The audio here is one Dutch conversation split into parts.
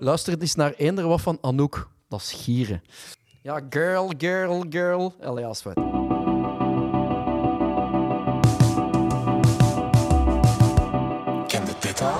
luister eens naar eender wat van Anouk. Dat is gieren. Ja, girl. Allee, als wat. Kende dit al?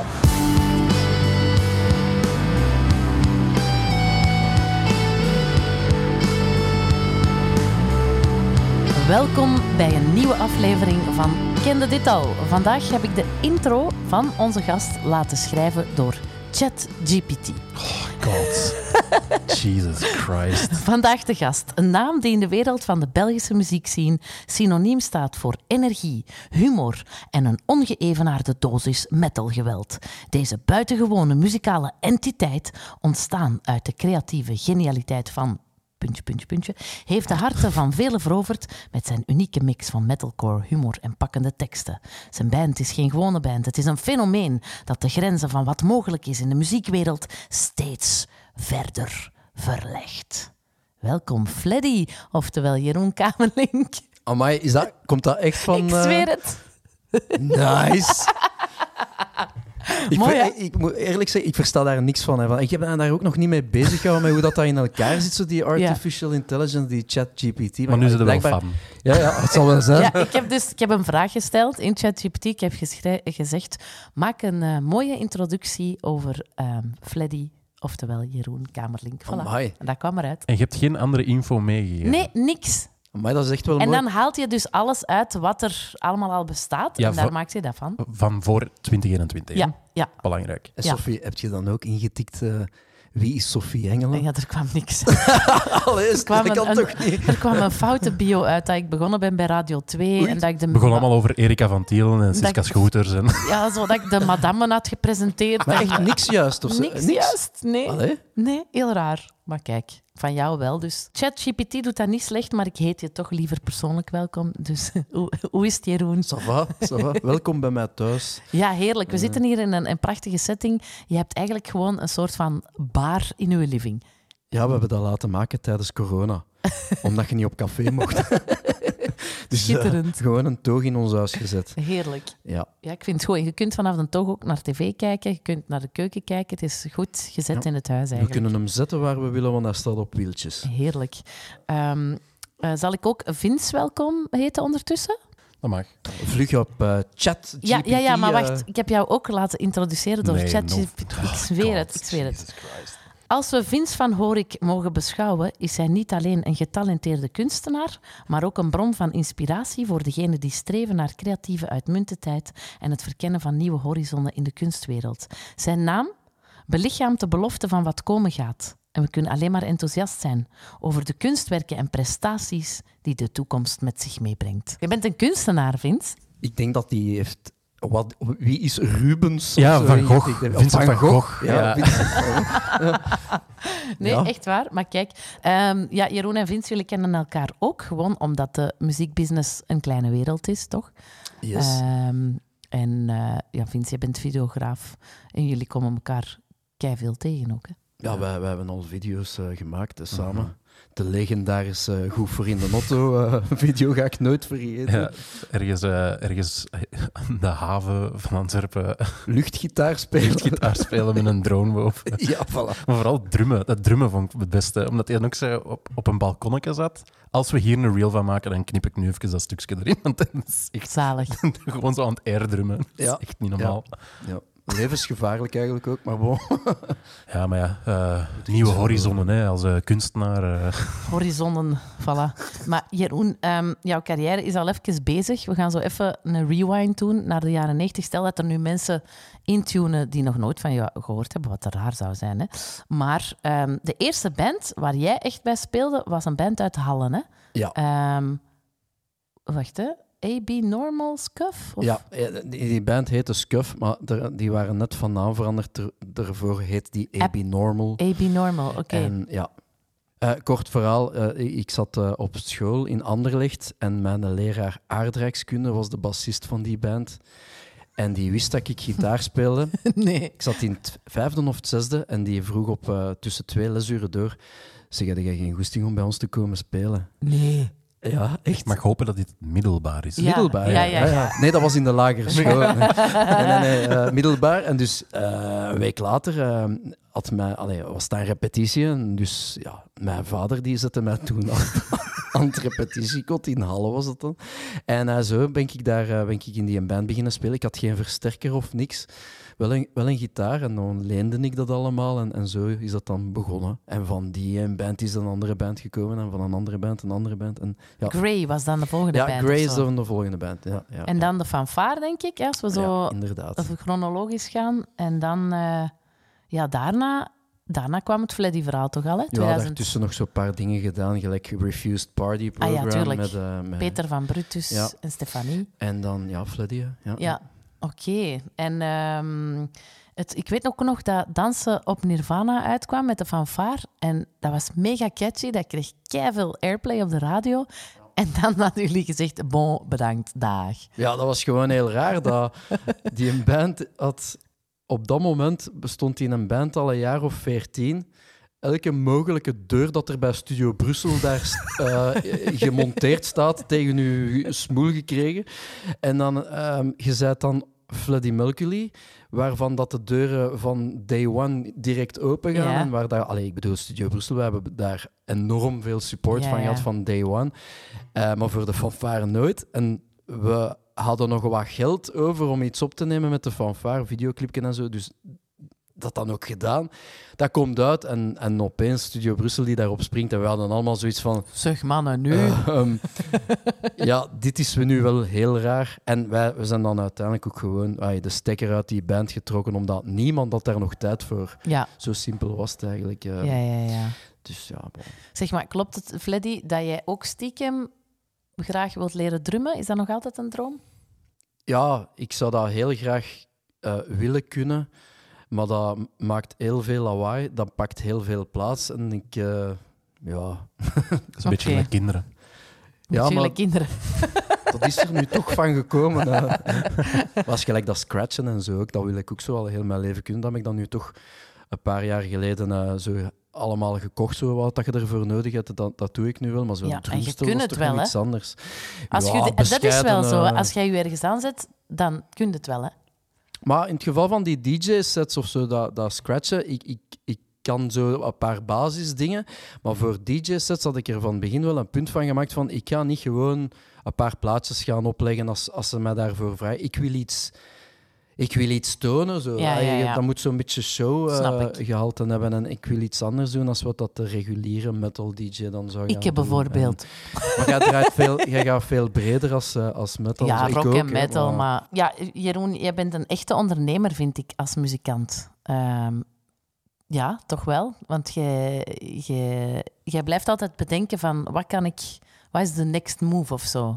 Welkom bij een nieuwe aflevering van Kende dit al? Vandaag heb ik de intro van onze gast laten schrijven door ChatGPT. Oh god. Jesus Christ. Vandaag de gast. Een naam die in de wereld van de Belgische muziekscene synoniem staat voor energie, humor en een ongeëvenaarde dosis metalgeweld. Deze buitengewone muzikale entiteit, ontstaan uit de creatieve genialiteit van... heeft de harten van velen veroverd met zijn unieke mix van metalcore, humor en pakkende teksten. Zijn band is geen gewone band, het is een fenomeen dat de grenzen van wat mogelijk is in de muziekwereld steeds verder verlegt. Welkom Fleddy, oftewel Jeroen Kamerlink. Amai, komt dat echt van... Ik zweer het. Nice. Mooi, hè? Ik moet eerlijk zeggen, ik versta daar niks van. Hè. Ik heb me daar ook nog niet mee bezig gehouden met hoe dat in elkaar zit, zo die artificial intelligence, die ChatGPT. Maar nu is het wel blijkbaar... fan. Ja, het zal wel zijn. Ja, ik heb een vraag gesteld in ChatGPT. Ik heb gezegd, maak een mooie introductie over Fleddy, oftewel Jeroen Kamerlink. Voilà. Amai. En dat kwam eruit. En je hebt geen andere info meegegeven? Nee, niks. Amai, dat is echt wel En mooi. dan haalt je dus alles uit wat er allemaal al bestaat. Ja, en daar maakt je dat van. Van voor 2021. hè? Ja. Belangrijk. En Ja. Sophie, heb je dan ook ingetikt... wie is Sophie Engelen? Ja, er kwam niks. Allee, kwam dat kan toch niet? Er kwam een foute bio uit dat ik begonnen ben bij Radio 2. Oei. En dat ik de, Het begon allemaal over Erika van Tielen en Siska Dat- Schouters. En... Ja, zo dat ik de madame had gepresenteerd. Maar en- echt niks juist? Of zo? Niks juist, nee. Allee? Nee, heel raar. Maar kijk, van jou wel. Dus ChatGPT doet dat niet slecht, maar ik heet je toch liever persoonlijk welkom. Dus hoe is het, Jeroen? Ça va, ça va. Welkom bij mij thuis. Ja, heerlijk. We zitten hier in een prachtige setting. Je hebt eigenlijk gewoon een soort van bar in je living. Ja, we hebben dat laten maken tijdens corona. Omdat je niet op café mocht. Dus Schitterend. gewoon een toog in ons huis gezet. Heerlijk. Ja. Ja, ik vind het goed. Je kunt vanaf de toog ook naar tv kijken. Je kunt naar de keuken kijken. Het is goed gezet Ja. in het huis We eigenlijk. kunnen hem zetten waar we willen, want hij staat op wieltjes. Heerlijk. Zal ik ook Vince welkom heten ondertussen? Dat mag. Vlug op ChatGPT. Ja, maar wacht. Ik heb jou ook laten introduceren door Nee, ChatGPT. no. Ik zweer het, God, ik zweer het. Jesus Christ. Als we Vince van Horik mogen beschouwen, is hij niet alleen een getalenteerde kunstenaar, maar ook een bron van inspiratie voor degenen die streven naar creatieve uitmuntendheid en het verkennen van nieuwe horizonnen in de kunstwereld. Zijn naam belichaamt de belofte van wat komen gaat. En we kunnen alleen maar enthousiast zijn over de kunstwerken en prestaties die de toekomst met zich meebrengt. Je bent een kunstenaar, Vince. Ik denk dat die heeft... Wie is Rubens? Ja, Of zo? Van Gogh. Ik denk- Vincent van Gogh. Ja, Ja. Vincent van Gogh. Nee, Ja. echt waar. Maar kijk, Jeroen en Vince, jullie kennen elkaar ook gewoon omdat de muziekbusiness een kleine wereld is, toch? Yes. Vince, je bent videograaf en jullie komen elkaar keiveel tegen ook, hè? Ja, wij hebben al video's gemaakt hè, samen. De legendarische Goed voor in de Motto video ga ik nooit vergeten. Ja, ergens aan de haven van Antwerpen Luchtgitaar spelen. gitaar spelen met een drone boven. Ja, voilà. Maar vooral drummen. Dat drummen vond ik het beste. Omdat hij dan ook zo op een balkonnetje zat. Als we hier een reel van maken, dan knip ik nu even dat stukje erin. Want dat is echt Zalig. gewoon zo aan het airdrummen. Dat is Ja. echt niet normaal. Ja. Levensgevaarlijk eigenlijk ook, maar bon. Ja, maar ja, nieuwe horizonnen hè, als kunstenaar. Horizonnen, voilà. Maar Jeroen, jouw carrière is al even bezig. We gaan zo even een rewind doen naar de jaren 90. Stel dat er nu mensen intunen die nog nooit van jou gehoord hebben, wat er raar zou zijn. Hè? Maar de eerste band waar jij echt bij speelde, was een band uit Hallen. Hè? Ja. Wacht, hè? AB Normal Scuff? Of? Ja, die band heette Scuff, maar die waren net van naam veranderd. Daarvoor heet die AB Normal. AB Normal, oké. En ja, kort verhaal. Ik zat op school in Anderlecht en mijn leraar aardrijkskunde was de bassist van die band. En die wist dat ik gitaar speelde. Nee. Ik zat in het 5e of het 6e en die vroeg op tussen 2 lesuren door: zeg, had jij geen goesting om bij ons te komen spelen? Nee. Ja, echt. Ik mag hopen dat dit middelbaar is. Ja. Middelbaar, ja. Nee, dat was in de lagere school. Nee, middelbaar. En dus een week later was het een repetitie. En dus ja, mijn vader die zette mij toen aan het repetitiekot. In Halle was het dan. En zo ben ik in die band beginnen spelen. Ik had geen versterker of niks. Wel een gitaar en dan leende ik dat allemaal en zo is dat dan begonnen. En van die een band is een andere band gekomen en van een andere band een andere band. En, ja. Grey was dan de volgende band? Ja, Grey is dan de volgende band. Ja, en dan de fanfare, denk ik, als we zo inderdaad. Chronologisch gaan. En dan, daarna kwam het Fleddy-verhaal toch al, hè? Ja, daartussen nog zo'n paar dingen gedaan, gelijk Refused Party Program. tuurlijk. Met Peter van Brutus en Stefanie. En dan, Fleddy, Ja. Oké. En ik weet ook nog dat Dansen op Nirvana uitkwam met de fanfare. En dat was mega catchy. Dat kreeg keiveel airplay op de radio. En dan hadden jullie gezegd, bon, bedankt, dag. Ja, dat was gewoon heel raar. Dat die een band had... Op dat moment bestond die een band al een jaar of 14... Elke mogelijke deur dat er bij Studio Brussel daar gemonteerd staat, tegen je smoel gekregen. En dan, je zei dan Fleddy Mercury, waarvan dat de deuren van day one direct open gaan. Ja. En waar daar, ik bedoel, Studio Brussel, we hebben daar enorm veel support van gehad van day one. Maar voor de fanfare nooit. En we hadden nog wat geld over om iets op te nemen met de fanfare, videoclipje en zo. Dus dat dan ook gedaan. Dat komt uit en opeens Studio Brussel die daarop springt. En we hadden allemaal zoiets van... Zeg mannen, nu... ja, dit is nu wel heel raar. En we zijn dan uiteindelijk ook gewoon de stekker uit die band getrokken, omdat niemand had daar nog tijd voor. Ja. Zo simpel was het eigenlijk. Ja. Dus ja, bon. Zeg maar, klopt het, Fleddy, dat jij ook stiekem graag wilt leren drummen? Is dat nog altijd een droom? Ja, ik zou dat heel graag willen kunnen. Maar dat maakt heel veel lawaai. Dat pakt heel veel plaats. En ik... Dat is een beetje gelijk kinderen. Natuurlijk kinderen. Dat is er nu toch van gekomen. Was gelijk dat scratchen en zo ook. Dat wil ik ook zo al heel mijn leven kunnen. Dat heb ik dan nu toch een paar jaar geleden zo allemaal gekocht. Zo wat dat je ervoor nodig hebt, dat doe ik nu wel. Maar zo'n drumstel was toch wel iets anders. Dat is wel zo. Als jij je ergens aanzet, dan kun je het wel, hè? Maar in het geval van die DJ-sets of zo, dat scratchen, ik kan zo een paar basisdingen. Maar voor DJ-sets had ik er van het begin wel een punt van gemaakt van ik ga niet gewoon een paar plaatjes gaan opleggen als ze mij daarvoor vragen. Ik wil iets tonen. Zo. Ja. Dat moet zo'n beetje showgehalte hebben. En ik wil iets anders doen dan wat dat de reguliere metal DJ dan zou gaan doen. Bijvoorbeeld. Maar jij gaat veel breder als metal. Ja, zo. rock en metal. Maar ja, Jeroen, jij bent een echte ondernemer, vind ik, als muzikant. Ja, toch wel. Want jij blijft altijd bedenken van wat is de next move of zo?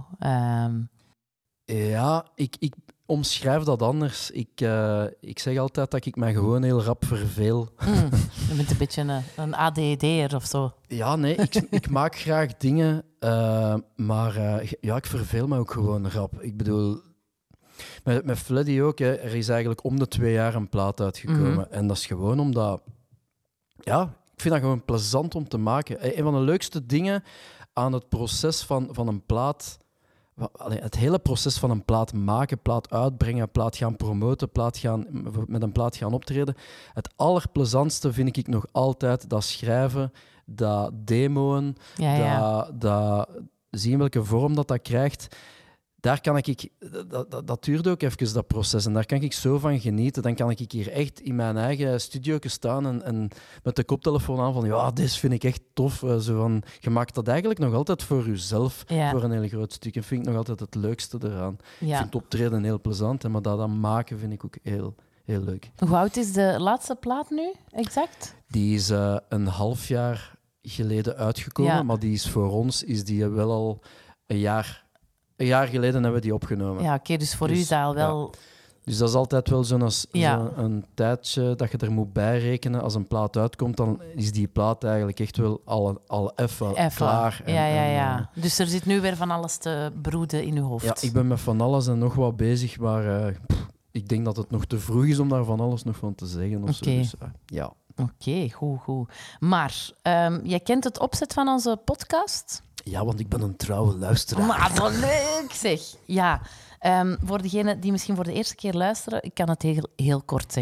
Ja, ik omschrijf dat anders. Ik zeg altijd dat ik mij gewoon heel rap verveel. Je bent een beetje een ADD'er of zo. Ja, nee, ik maak graag dingen, maar ik verveel me ook gewoon rap. Ik bedoel, met Fleddy ook, hè, er is eigenlijk om de 2 jaar een plaat uitgekomen. Mm-hmm. En dat is gewoon omdat... Ja, ik vind dat gewoon plezant om te maken. Een van de leukste dingen aan het proces van een plaat... Het hele proces van een plaat maken, plaat uitbrengen, plaat gaan promoten, met een plaat gaan optreden. Het allerplezantste vind ik nog altijd dat schrijven, dat demoen, dat zien welke vorm dat krijgt. Daar kan dat duurt ook even, dat proces. En daar kan ik zo van genieten. Dan kan ik hier echt in mijn eigen studio staan en met de koptelefoon aan van dit vind ik echt tof. Zo van, je maakt dat eigenlijk nog altijd voor jezelf, voor een heel groot stuk. En vind ik nog altijd het leukste eraan. Ja. Ik vind optreden heel plezant, maar dat maken vind ik ook heel, heel leuk. Hoe oud is de laatste plaat nu, exact? Die is een half jaar geleden uitgekomen, maar die is voor ons wel al een jaar... Een jaar geleden hebben we die opgenomen. Ja, oké, dus voor u is dat al wel... Ja. Dus dat is altijd wel zo'n tijdje dat je er moet bijrekenen. Als een plaat uitkomt, dan is die plaat eigenlijk echt wel al even klaar. Ja. Dus er zit nu weer van alles te broeden in uw hoofd. Ja, ik ben met van alles en nog wat bezig, maar ik denk dat het nog te vroeg is om daar van alles nog van te zeggen. Of zo. Dus, ja. Oké, goed. Maar jij kent het opzet van onze podcast? Ja, want ik ben een trouwe luisteraar. Maar zo leuk, zeg. Ja, voor degenen die misschien voor de eerste keer luisteren, ik kan het heel kort zeggen.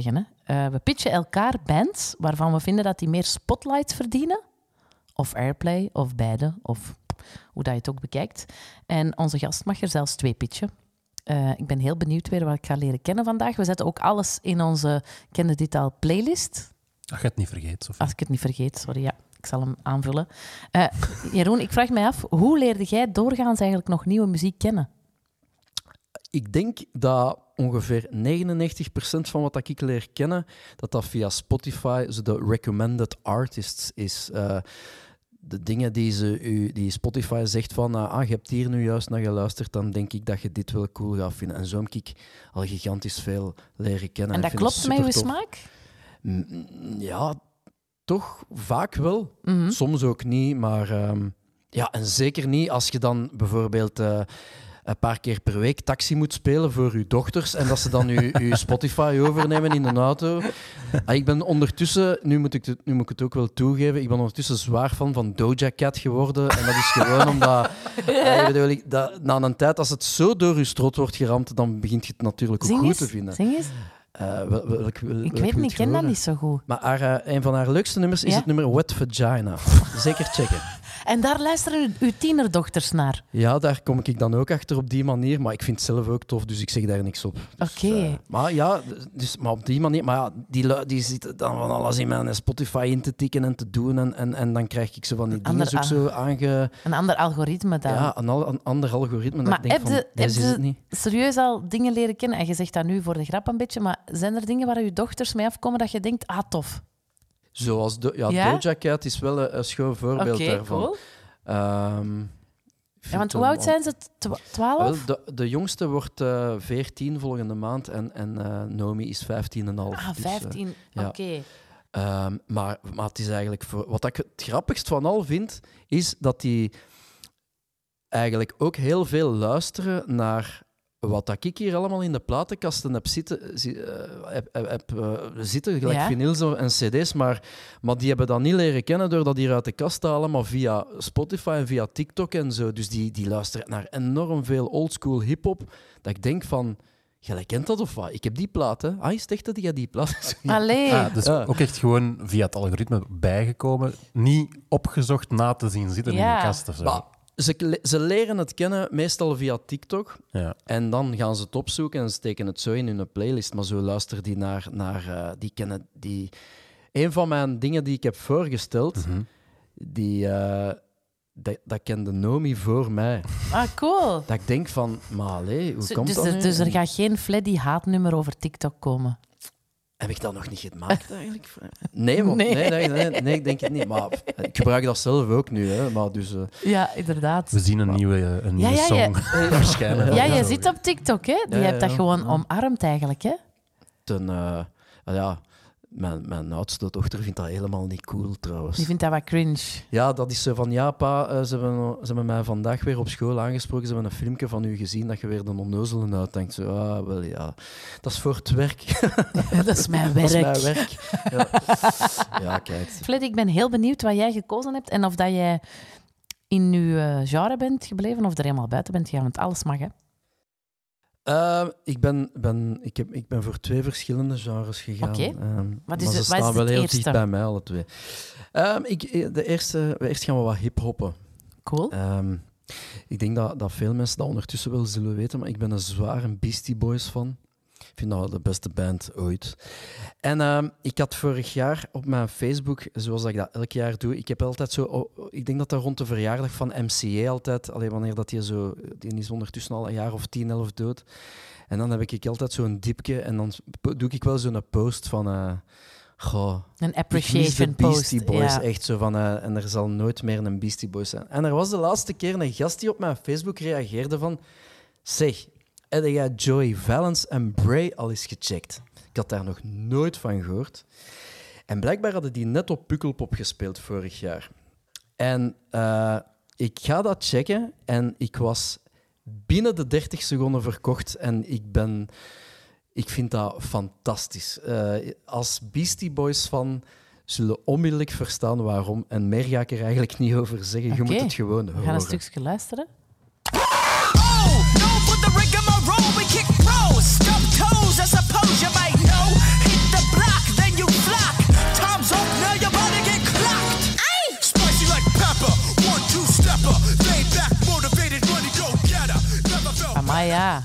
We pitchen elkaar bands waarvan we vinden dat die meer spotlights verdienen. Of airplay, of beide, of hoe dat je het ook bekijkt. En onze gast mag er zelfs 2 pitchen. Ik ben heel benieuwd weer wat ik ga leren kennen vandaag. We zetten ook alles in onze Kende Dit Al playlist. Als je het niet vergeet, Sophie. Als ik het niet vergeet, sorry. Ja, ik zal hem aanvullen. Jeroen, ik vraag mij af, hoe leerde jij doorgaans eigenlijk nog nieuwe muziek kennen? Ik denk dat ongeveer 99% van wat ik leer kennen, dat via Spotify zo de recommended artists is. De dingen die Spotify zegt van, je hebt hier nu juist naar geluisterd, dan denk ik dat je dit wel cool gaat vinden. En zo heb ik al gigantisch veel leren kennen. En dat klopt met je smaak? Ja, toch vaak wel. Mm-hmm. Soms ook niet, maar en zeker niet als je dan bijvoorbeeld een paar keer per week taxi moet spelen voor je dochters en dat ze dan je Spotify overnemen in een auto. Ik ben ondertussen, nu moet ik het ook wel toegeven, ik ben ondertussen zwaar fan van Doja Cat geworden. En dat is gewoon omdat na een tijd, als het zo door je strot wordt geramd, dan begint je het natuurlijk ook goed te vinden. Zing eens. Ik weet niet, ik ken dat niet zo goed. Maar een van haar leukste nummers is het nummer Wet Vagina. Zeker checken. En daar luisteren uw tienerdochters naar? Ja, daar kom ik dan ook achter op die manier. Maar ik vind het zelf ook tof, dus ik zeg daar niks op. Dus, Oké. Maar op die manier... Maar ja, die zitten dan van alles in mijn Spotify in te tikken en te doen. En dan krijg ik zo van die dingen ook zo Een ander algoritme dan. Ja, een ander algoritme. Maar dat ik denk heb is het niet. serieus al dingen leren kennen? En je zegt dat nu voor de grap een beetje, maar zijn er dingen waar je dochters mee afkomen dat je denkt, tof? Zoals Doja Cat is wel een schoon voorbeeld daarvan. Cool. Want hoe hem oud zijn ze? 12? De jongste wordt 14 volgende maand en Nomi is 15,5. 15. Ja. Oké. Maar het is eigenlijk... Wat ik het grappigst van al vind, is dat die eigenlijk ook heel veel luisteren naar wat ik hier allemaal in de platenkasten heb zitten gelijk vinyls en cd's, maar die hebben dat niet leren kennen door dat hier uit de kast te halen, maar via Spotify en via TikTok en zo. Dus die luisteren naar enorm veel oldschool hip-hop, dat ik denk van... Jij kent dat of wat? Ik heb die plaat, hè? Is het echt dat jij die plaat... Allee. Dus ook echt gewoon via het algoritme bijgekomen, niet opgezocht na te zien zitten in de kast of zo. Maar ze leren het kennen meestal via TikTok. Ja. En dan gaan ze het opzoeken en steken het zo in hun playlist. Maar zo luisteren die naar die kennen die... Een van mijn dingen die ik heb voorgesteld, dat kende Nomi voor mij. Cool. Dat ik denk van, maar allee, hoe komt dat nu? Dus er gaat geen Fleddy haatnummer over TikTok komen? Heb ik dat nog niet gemaakt eigenlijk? Nee, ik denk het niet. Maar ik gebruik dat zelf ook nu. Hè, maar dus, ja, inderdaad. We zien een nieuwe song verschijnen. Ja, je zit op TikTok, hè? Die hebt dat gewoon omarmd eigenlijk, hè? Mijn oudste dochter vindt dat helemaal niet cool, trouwens. Die vindt dat wat cringe. Ja, dat is zo van, pa, ze hebben mij vandaag weer op school aangesproken. Ze hebben een filmpje van u gezien dat je weer de onnozelen uitdenkt. Zo, wel ja, dat is voor het werk. Dat is mijn werk. Dat is mijn werk. Ja, kijk. Fleddy, ik ben heel benieuwd wat jij gekozen hebt en of dat jij in je genre bent gebleven of er helemaal buiten bent gegaan, want alles mag, hè? Ik ben voor 2 verschillende genres gegaan. Oké. Maar ze staan wel heel dicht bij mij, alle 2. Eerst gaan we wat hip-hoppen. Cool. Ik denk dat veel mensen dat ondertussen wel zullen weten, maar ik ben een zware Beastie Boys fan. Ik vind dat de beste band ooit. En ik had vorig jaar op mijn Facebook, zoals ik dat elk jaar doe, ik heb altijd zo... ik denk dat dat rond de verjaardag van MCA altijd... wanneer dat die is ondertussen al een jaar of 10, 11 dood. En dan heb ik altijd zo'n diepje en dan doe ik wel zo'n post van... een appreciation post. Beastie Boys, echt zo van... en er zal nooit meer een Beastie Boys zijn. En er was de laatste keer een gast die op mijn Facebook reageerde van... Zeg... Heb jij Joey Valence en Bray al eens gecheckt? Ik had daar nog nooit van gehoord. En blijkbaar hadden die net op Pukkelpop gespeeld vorig jaar. En ik ga dat checken en ik was binnen de 30 seconden verkocht. En ik vind dat fantastisch. Als Beastie Boys fan zullen onmiddellijk verstaan waarom. En meer ga ik er eigenlijk niet over zeggen. Je moet het gewoon horen. We gaan een stukje luisteren. The rigmarole, we kick pros, stub toes, I suppose you might know. Hit the block ja.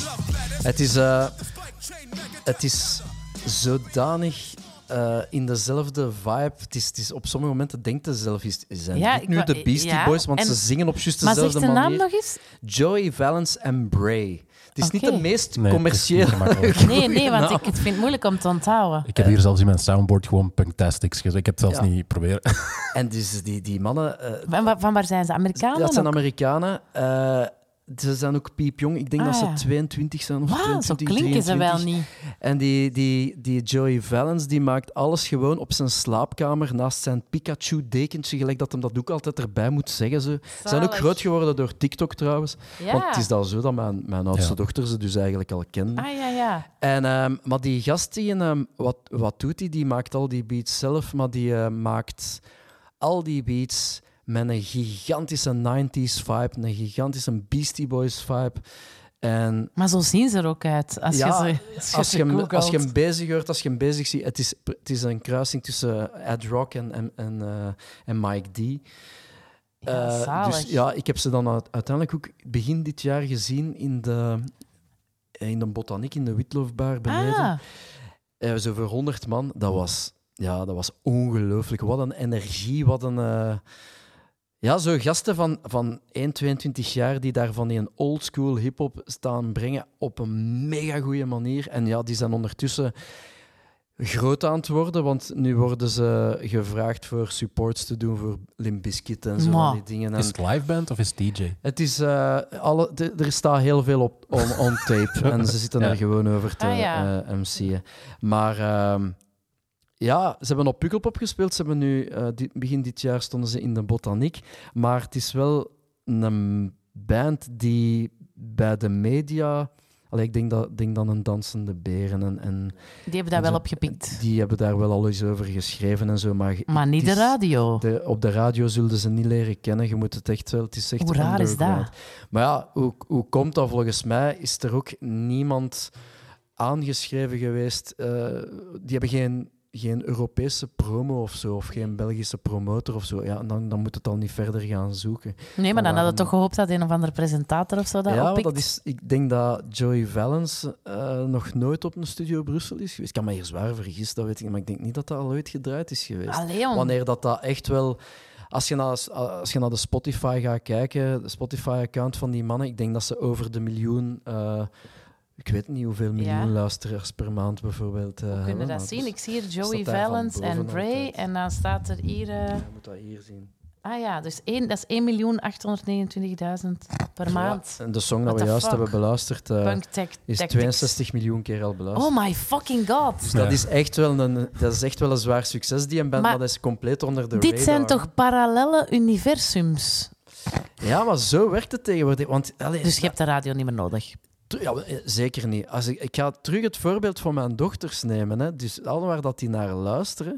Het is zodanig in dezelfde vibe. Het is op sommige momenten denkt je zelf, zijn Ja, dit nu de Beastie Boys? Want ze zingen op juist Maar dezelfde zeg de naam manier. nog eens? Joey Valence en Bray. Het is niet Oké. de meest Nee, commerciële... het is niet gemakkelijk. Nee, want Nou. ik het vind het moeilijk om te onthouden. Ik heb hier zelfs in mijn soundboard gewoon Punktastics gezet. Ik heb het zelfs Ja. niet proberen. En dus die mannen... Van waar zijn ze? Amerikanen? dat zijn ook? Amerikanen. Ze zijn ook piepjong. Ik denk dat ze ja. 22 zijn of Wauw, 22, zo klinken ze wel 23. niet. En die Joey Valence die maakt alles gewoon op zijn slaapkamer naast zijn Pikachu-dekentje, gelijk dat hem dat ook altijd erbij moet zeggen. Ze zijn ook Zalig. groot geworden door TikTok trouwens. Ja. Want het is dan zo dat mijn oudste Ja. dochter ze dus eigenlijk al kende. Ah, ja. En, maar die gast, wat doet hij? Die maakt al die beats zelf, maar die maakt al die beats met een gigantische 90s vibe, een gigantische Beastie Boys vibe. En Maar zo zien ze er ook uit. Als ja, je ze als je googelt. hem bezig hoort, als je hem bezig ziet, het is een kruising tussen Ed Rock en Mike D. Ja, zalig. Dus ja, ik heb ze dan uiteindelijk ook begin dit jaar gezien in de botaniek, in de Witloofbar beneden. Zo voor 100 man. Dat was ongelooflijk. Wat een energie, wat een... Ja, zo gasten van 1, 22 jaar die daar van die een oldschool hip-hop staan brengen op een mega goede manier. En ja, die zijn ondertussen groot aan het worden, want nu worden ze gevraagd voor supports te doen voor Limp Bizkit en zo Maar. van die dingen. En Is het live band of is het DJ? het is, er staat heel veel op on tape en ze zitten Ja. er gewoon over te MC'en. Maar ja, ze hebben op Pukkelpop gespeeld. Ze hebben nu, begin dit jaar stonden ze in de Botaniek. Maar het is wel een band die bij de media... Allee, ik denk dan een Dansende Beren en Die hebben daar wel op gepikt. die hebben daar wel al eens over geschreven en zo. Maar, Maar niet het de is- radio. op de radio zullen ze niet leren kennen. Je moet het echt wel... Het is echt Hoe raar is underground. dat? Maar ja, hoe komt dat? Volgens mij is er ook niemand aangeschreven geweest. Die hebben geen Europese promo of zo, of geen Belgische promotor of zo. Ja, dan moet het al niet verder gaan zoeken. Nee, maar dan hadden we waarom- toch gehoopt dat een of andere presentator of zo dat ja, oppikt. dat is, ik denk dat Joey Valence nog nooit op een Studio Brussel is geweest. Ik kan me hier zwaar vergissen, dat weet ik niet, maar ik denk niet dat dat al ooit gedraaid is geweest. Allee, om. Wanneer dat echt wel... Als je naar de Spotify gaat kijken, de Spotify-account van die mannen, ik denk dat ze over de miljoen... ik weet niet hoeveel miljoen luisteraars per maand bijvoorbeeld Hoe hebben. kunnen maar dat zien? dus Ik zie hier Joey staat daar van Valence en boven Bray altijd. en dan staat er hier... Je moet dat hier zien. Ah ja, dus dat is 1.829.000 per maand. Ja, en de song What dat we the juist fuck? hebben beluisterd Punk tech, is tactics. 62 miljoen keer al beluisterd. Oh my fucking god. Dus Ja. dat is echt wel een zwaar succes, die band, Maar maar dat is compleet onder de Dit radar. zijn toch parallele universums? Ja, maar zo werkt het tegenwoordig. Want, allee, Dus je hebt de radio niet meer nodig. Ja, zeker niet. Als ik ga terug het voorbeeld van mijn dochters nemen. Hè. Dus al waar dat die naar luisteren,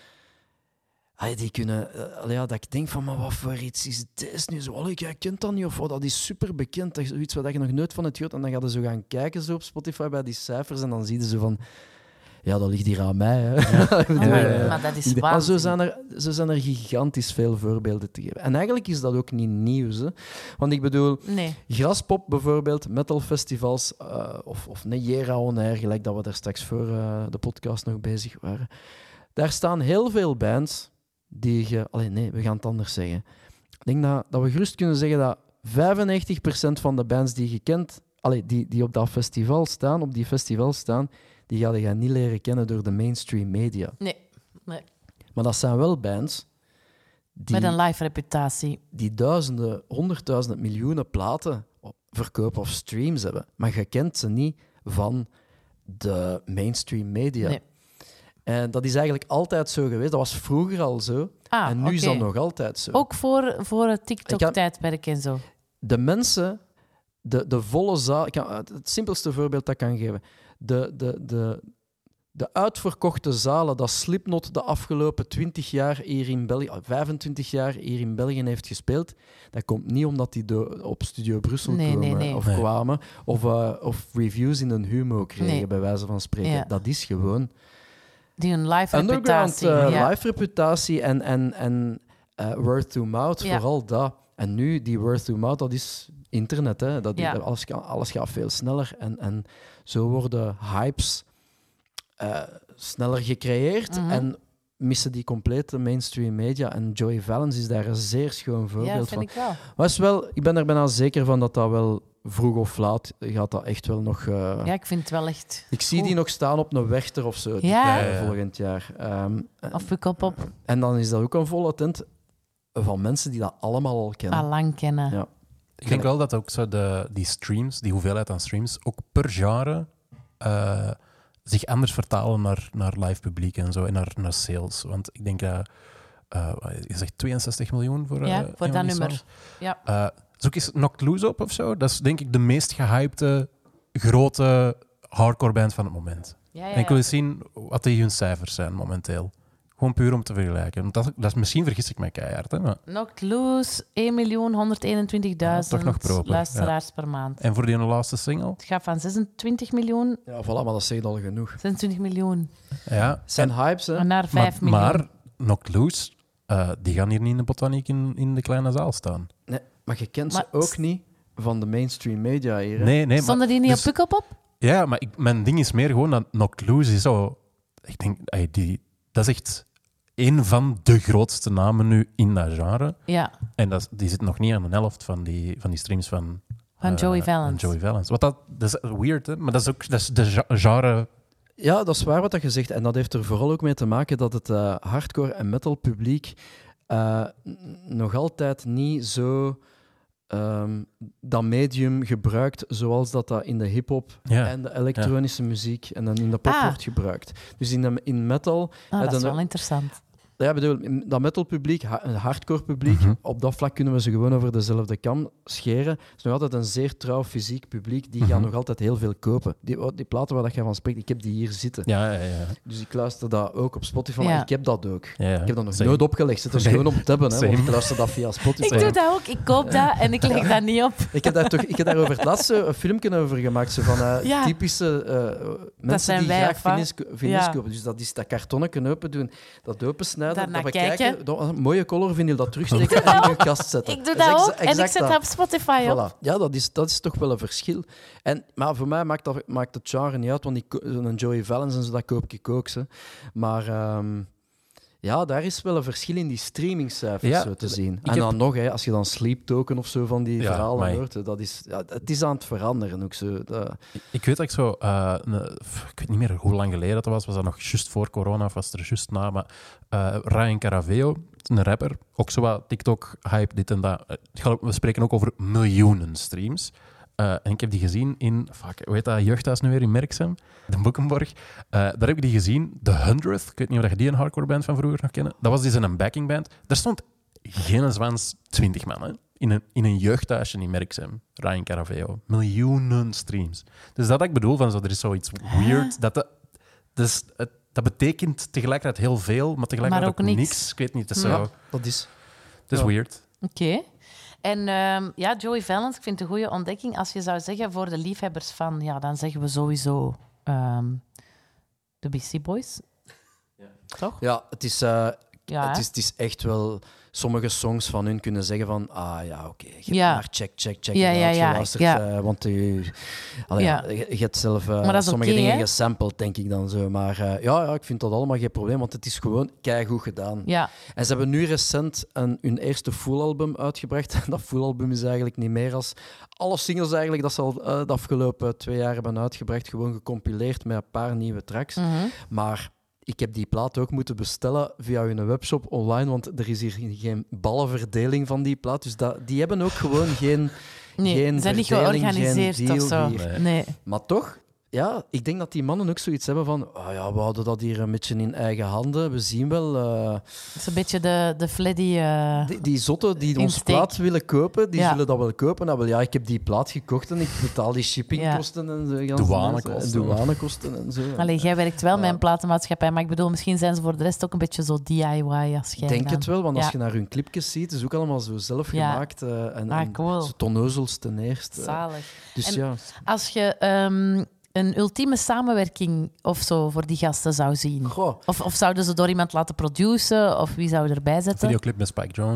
die kunnen... ja, dat ik denk van, maar wat voor iets is dit nu zo? Allee, jij kent dat niet, of wat? Dat is super bekend. Dat is zoiets wat je nog nooit van het gehoord. En dan gaan ze zo gaan kijken zo op Spotify bij die cijfers en dan zien ze van... Ja, dat ligt hier aan mij. Hè. Ik bedoel, Maar dat is maar zo waanzin. zijn er gigantisch veel voorbeelden te geven. En eigenlijk is dat ook niet nieuws. Hè. Want ik bedoel... Nee. Graspop bijvoorbeeld, metalfestivals of Nejera On Air, gelijk dat we daar straks voor de podcast nog bezig waren. Daar staan heel veel bands die je... Allee, nee, we gaan het anders zeggen. Ik denk dat we gerust kunnen zeggen dat 95% van de bands die je kent, die op dat festival staan, op die festivals staan, die ga je niet leren kennen door de mainstream media. Nee. Maar dat zijn wel bands die... Met een live reputatie. die duizenden, 100.000 miljoenen platen verkopen of streams hebben. Maar je kent ze niet van de mainstream media. Nee. En dat is eigenlijk altijd zo geweest. Dat was vroeger al zo. Ah, en nu is oké. dat nog altijd zo. Ook voor het TikTok-tijdperk en zo. De mensen, de volle zaal... Het simpelste voorbeeld dat ik kan geven. De uitverkochte zalen dat Slipknot de afgelopen 20 jaar hier in België, 25 jaar hier in België heeft gespeeld, dat komt niet omdat die op Studio Brussel Nee, komen, nee. of Nee. kwamen of reviews in een Humo kregen, Nee. bij wijze van spreken. Ja. Dat is gewoon Die een live underground reputatie. Ja. live reputatie en word to mouth, Ja. vooral dat. En nu, die word of mouth, dat is internet. Hè? Ja. Alles gaat veel sneller. En zo worden hypes sneller gecreëerd en missen die complete mainstream media. En Joey Valens is daar een zeer schoon Ja, voorbeeld vind van. ik wel. Ik ben er bijna zeker van dat wel vroeg of laat gaat dat echt wel nog... Ja, ik vind het wel echt ik zie goed. die nog staan op een Werchter of zo Ja. volgend jaar. Of Pukkelpop En dan is dat ook een volle tent van mensen die dat allemaal al kennen. al lang kennen. Ja. Ik denk wel dat ook zo die streams, die hoeveelheid aan streams, ook per genre zich anders vertalen naar live publiek en zo, en naar sales. Want ik denk dat je zegt 62 miljoen voor, Ja, voor een dat van die nummer. songs. Ja. Zoek eens Knocked Loose op of zo. Dat is denk ik de meest gehypte, grote hardcore band van het moment. Ja, En ik wil eens zien wat hun cijfers zijn momenteel. Gewoon puur om te vergelijken. Want dat is, misschien vergis ik mij keihard. Hè, maar... Knocked Loose, 1.121.000 Ja, toch nog proper, luisteraars per maand. En voor die laatste single? Het gaat van 26 miljoen, Ja, voilà, maar dat zegt al genoeg. 26 miljoen Ja. Het zijn hypes, hè? naar 5 miljoen. Maar Knocked Loose, die gaan hier niet in de botaniek in de kleine zaal staan. Nee, maar je kent Maar- ze ook niet van de mainstream media hier. Hè? Nee, maar... Stonden die niet dus- op Pukkelpop? Ja, maar mijn ding is meer gewoon dat Knocked Loose is zo... Ik denk, dat is echt een van de grootste namen nu in dat genre. Ja, En die zit nog niet aan de helft van die streams van Joey Valens. van Joey Valens. Dat is weird, hè? Maar dat is de genre... Ja, dat is waar wat je zegt. En dat heeft er vooral ook mee te maken dat het hardcore en metal publiek nog altijd niet zo dat medium gebruikt zoals dat in de hip-hop Ja. en de elektronische muziek en dan in de pop Ah. wordt gebruikt. Dus in metal... dat is dan- wel interessant. Ja, bedoel, dat metal-publiek, een hardcore-publiek, op dat vlak kunnen we ze gewoon over dezelfde kam scheren. Het is nog altijd een zeer trouw fysiek publiek. Die gaan nog altijd heel veel kopen. Die platen waar dat jij van spreekt, ik heb die hier zitten. Ja. Dus ik luister dat ook op Spotify, Ja. maar ik heb dat ook. Ja, Ik heb dat nog same. nooit opgelegd. Het is Nee. gewoon om te hebben, hè, want Same. ik luister dat via Spotify. Ik doe dat ook. Ik koop dat en ik leg dat niet op. Ik heb daar over het laatst zo een filmpje over gemaakt. Zo van Ja. typische mensen zijn die wij, graag of wat? vinyls Ja. kopen. Dus dat is dat kartonnetje open doen, dat opensnijden, Daarnaar dat kijken. een mooie color vinyl, dat terugsteken en in een kast zetten. Ik doe Dat is dat ook en ik exact zet dat op Spotify op. Voilà. Ja, dat is toch wel een verschil. Maar voor mij maakt het genre niet uit, want zo'n Joey Valens en zo, dat koop ik ook. Ze. Maar ja, daar is wel een verschil in die streamingcijfers Ja, zo te zien. En heb- dan nog, hè, als je dan Sleep Token of zo van die Ja, verhalen amai. hoort, het is aan het veranderen ook zo. Ik weet dat ik zo... ik weet niet meer hoe lang geleden dat was. Was dat nog juist voor corona of was het er juist na? Maar Ryan Caraveo, een rapper, ook zo wat TikTok-hype, dit en dat. We spreken ook over miljoenen streams. En ik heb die gezien in... hoe heet dat jeugdhuis nu weer? In Merksem? De Boekenborg. Daar heb ik die gezien. The 100th. Ik weet niet of je die een hardcore band van vroeger nog kennen. Dat was dus een backing band. Daar stond geen zwans 20 man, hè? In een jeugdhuisje in Merksem. Ryan Caraveo. Miljoenen streams. Dus dat ik bedoel, van zo, er is zoiets weird. Dat betekent tegelijkertijd heel veel, maar tegelijkertijd Maar ook niks. niks. Ik weet niet, het is, Ja. zo, Dat is... het is Ja. weird. Oké. En ja, Joey Valens, ik vind het een goede ontdekking. Als je zou zeggen voor de liefhebbers van, ja, dan zeggen we sowieso de Beastie Boys. Toch? Ja, het is... Ja, hè? Het is echt wel... Sommige songs van hun kunnen zeggen van... Ah ja, oké. Ja. Maar check. Ja, het ja, uit, ja, geluisterd, ja. Want je hebt zelf Maar dat is sommige oké, dingen hè? gesampled, denk ik dan zo. Maar ja, ik vind dat allemaal geen probleem, want het is gewoon keigoed gedaan. Ja. En ze hebben nu recent hun eerste full album uitgebracht. Dat full album is eigenlijk niet meer als alle singles eigenlijk dat ze al de afgelopen 2 jaar hebben uitgebracht. Gewoon gecompileerd met een paar nieuwe tracks. Mhm. Maar ik heb die plaat ook moeten bestellen via hun webshop online, want er is hier geen ballenverdeling van die plaat. Dus die hebben ook gewoon geen Nee, ze zijn niet verdeling, georganiseerd geen deal of zo. hier. Nee. Maar toch, ja, ik denk dat die mannen ook zoiets hebben van ja, we houden dat hier een beetje in eigen handen. We zien wel... Het is een beetje de Fleddy... die zotten die ons insteek. plaat willen kopen, die Ja. zullen dat wel kopen. Nou, wel, ja, ik heb die plaat gekocht en ik betaal die shippingkosten en zo. Douanekosten. En douanekosten en zo. Allee, jij werkt wel met een platenmaatschappij, maar ik bedoel, misschien zijn ze voor de rest ook een beetje zo DIY als jij Ik denk dan. het wel, want als Ja. je naar hun clipjes ziet, het is ook allemaal zo zelf Ja. gemaakt. En cool. zo tonnozels ten eerste. Zalig. Dus En- ja, Als je een ultieme samenwerking of zo voor die gasten zou zien, goh. of zouden ze door iemand laten produceren, of wie zou erbij zetten? Videoclip met Spike Jones.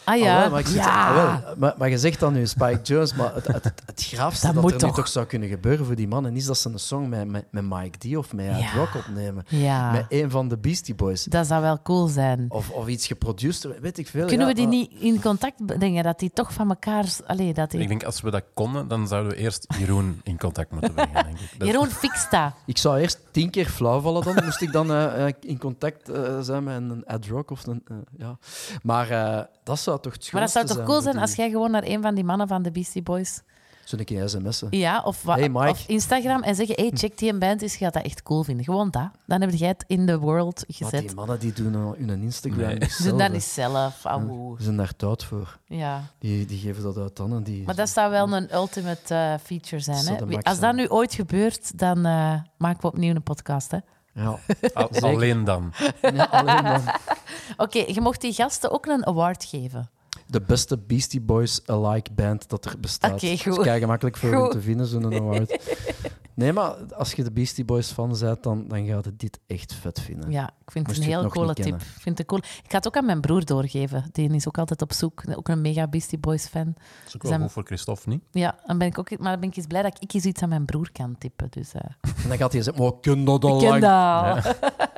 Ah ja, maar, ik zit, ja. Maar je zegt dan nu Spike Jones, maar het graafste Dat dat moet er nu toch. toch zou kunnen gebeuren voor die mannen is dat ze een song met Mike D of met Ad Rock opnemen. Ja. Met een van de Beastie Boys. Dat zou wel cool zijn. Of iets geproduceerd, weet ik veel. Kunnen ja, we die maar- niet in contact brengen? Dat die toch van elkaar... Allee, dat die... Ik denk, als we dat konden, dan zouden we eerst Jeroen in contact moeten brengen, denk ik. Dat- Jeroen, fix dat. Ik zou eerst 10 keer flauw vallen, dan moest ik dan in contact zijn met een Ad Rock of een... ja. Maar dat zou toch het Maar dat zou schoonste toch cool zijn voor als jij gewoon naar een van die mannen van de Beastie Boys... Zo'n keer sms'en. Ja, of, Hey, Mike. of Instagram en zeggen, hey, check die een band eens, je gaat dat echt cool vinden. Gewoon dat. Dan heb jij het in the world Maar gezet. die mannen die doen hun Instagram Nee. niet Ze doen zelf, dat hè. niet zelf. Auw. Ze zijn daar oud voor. Ja. Die geven dat uit dan. En die... Maar dat zou wel een ultimate feature zijn. Zou Hè? de max Als dat zijn. nu ooit gebeurt, dan maken we opnieuw een podcast. Hè? Ja. Alleen dan. Ja, alleen dan. Oké, je mocht die gasten ook een award geven. De beste Beastie Boys alike band dat er bestaat. Oké, goed. Het is kei gemakkelijk voor Goed. hem te vinden, zo'n award. Nee, maar als je de Beastie Boys fan bent, dan ga je dit echt vet vinden. Ja, ik vind het Moest een je het heel nog coole niet tip. kennen. Ik vind het cool. Ik ga het ook aan mijn broer doorgeven. Die is ook altijd op zoek. Ook een mega Beastie Boys fan. Dat is ook wel Zijn- goed voor Christophe, niet? Ja, maar dan ben ik eens blij dat ik eens iets aan mijn broer kan tippen. Dus, En dan gaat hij zeggen, maar kun dat al ik ken lang? dat. Ja.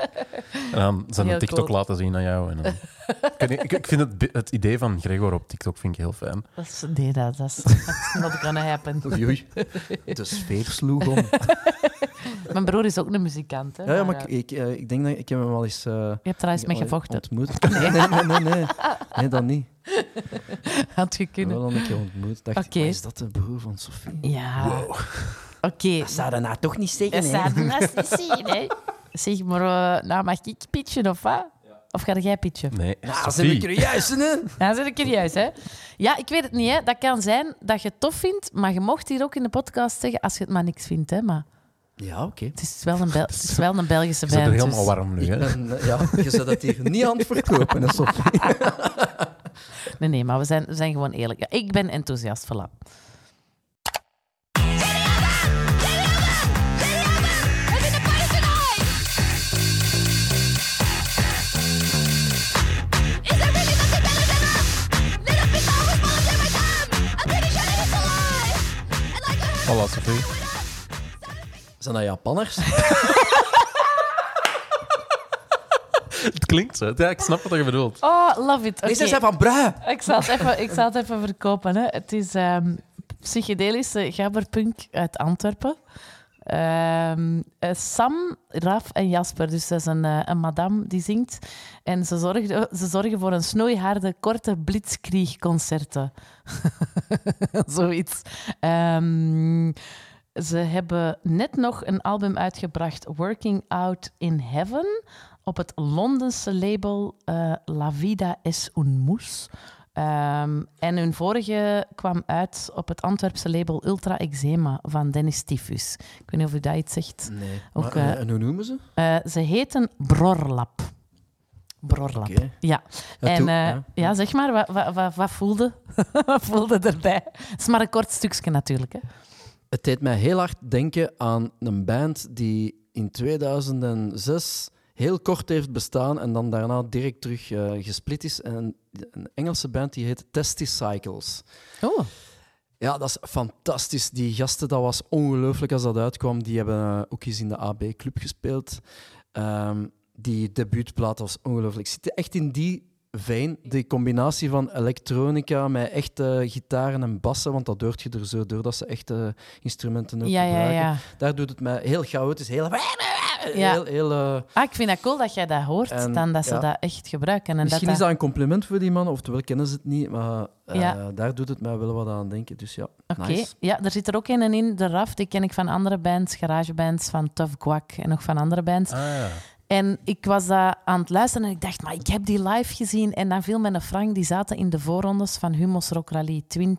En dan zijn Heel TikTok cool. laten zien aan jou. En dan... ik vind het idee van Gregor op TikTok vind ik heel fijn. Nee, dat is that's not gonna happen. Oei, oei. De sfeer sloeg om. Mijn broer is ook een muzikant. Hè, Ja, maar, maar ik denk dat ik heb hem al eens... je hebt er al eens mee gevochten. Ontmoet. Nee. Nee, dat niet. Had je kunnen. Wel een keer ontmoet. Dacht Oké. ik, is dat de broer van Sophie? Ja. Oké. Zou dat nou toch niet zeggen, Dat hè? zou je naast niet zien, hè? Zeg maar, nou mag ik pitchen of wat? Of ga jij pitchen? Nee, Nou, dat Sophie. is een curieus, hè? Ja, dan zit ik er juist, hè? Ja, ik weet het niet, hè. Dat kan zijn dat je het tof vindt, maar je mocht hier ook in de podcast zeggen als je het maar niks vindt, hè. Maar Ja, oké. het is wel een Belgische Je zit band. er helemaal dus- warm nu, Ik hè? ben, ja, je zou dat hier niet aan het verkopen, hè, Sophie? Nee, maar we zijn gewoon eerlijk. Ja, ik ben enthousiast, voilà. Voilà, Sophie. Zijn dat Japanners? Het klinkt zo. Ja, ik snap wat je bedoelt. Oh, love it. Nee, ze Oké. zijn van Brui. Ik zal het even verkopen. Hè. Het is psychedelische gabberpunk uit Antwerpen. Sam, Raf en Jasper. Dus dat is een madame die zingt. En ze zorgen voor een snoeiharde, korte blitzkriegconcerten. Zoiets. Ze hebben net nog een album uitgebracht, Working Out in Heaven, op het Londense label La Vida es un Mus. En hun vorige kwam uit op het Antwerpse label Ultra Eczema van Dennis Tyfus. Ik weet niet of u dat iets zegt. Nee. Ook, Maar, en hoe noemen ze? Ze heten Brorlap. Brorlap. Oké. Ja. Ja, En toen- ja, zeg maar, wat voelde? Wat voelde erbij? Het is maar een kort stukje natuurlijk. Hè? Het deed mij heel hard denken aan een band die in 2006 heel kort heeft bestaan en dan daarna direct terug gesplit is. En een Engelse band die heet Testicycles. Oh. Ja, dat is fantastisch. Die gasten, dat was ongelooflijk als dat uitkwam. Die hebben ook eens in de AB Club gespeeld. Die debuutplaat was ongelooflijk. Zit echt in die vein, de combinatie van elektronica met echte gitaren en bassen, want dat hoort je er zo door dat ze echte instrumenten ook Ja, gebruiken. ja. Daar doet het mij heel chaotisch, heel... Ja. heel Ik vind dat cool dat jij dat hoort, En, dan dat ze ja. dat echt gebruiken. En Misschien dat is dat een compliment voor die man, oftewel kennen ze het niet, maar Ja. daar doet het mij wel wat aan denken. Dus ja, Oké. nice. Ja, er zit er ook een in, de Raf. Die ken ik van andere bands, garagebands, van Tough Guac en nog van andere bands. Ah, ja. En ik was dat aan het luisteren en ik dacht, maar ik heb die live gezien. En dan viel mijn Frank, die zaten in de voorrondes van Humo's Rock Rally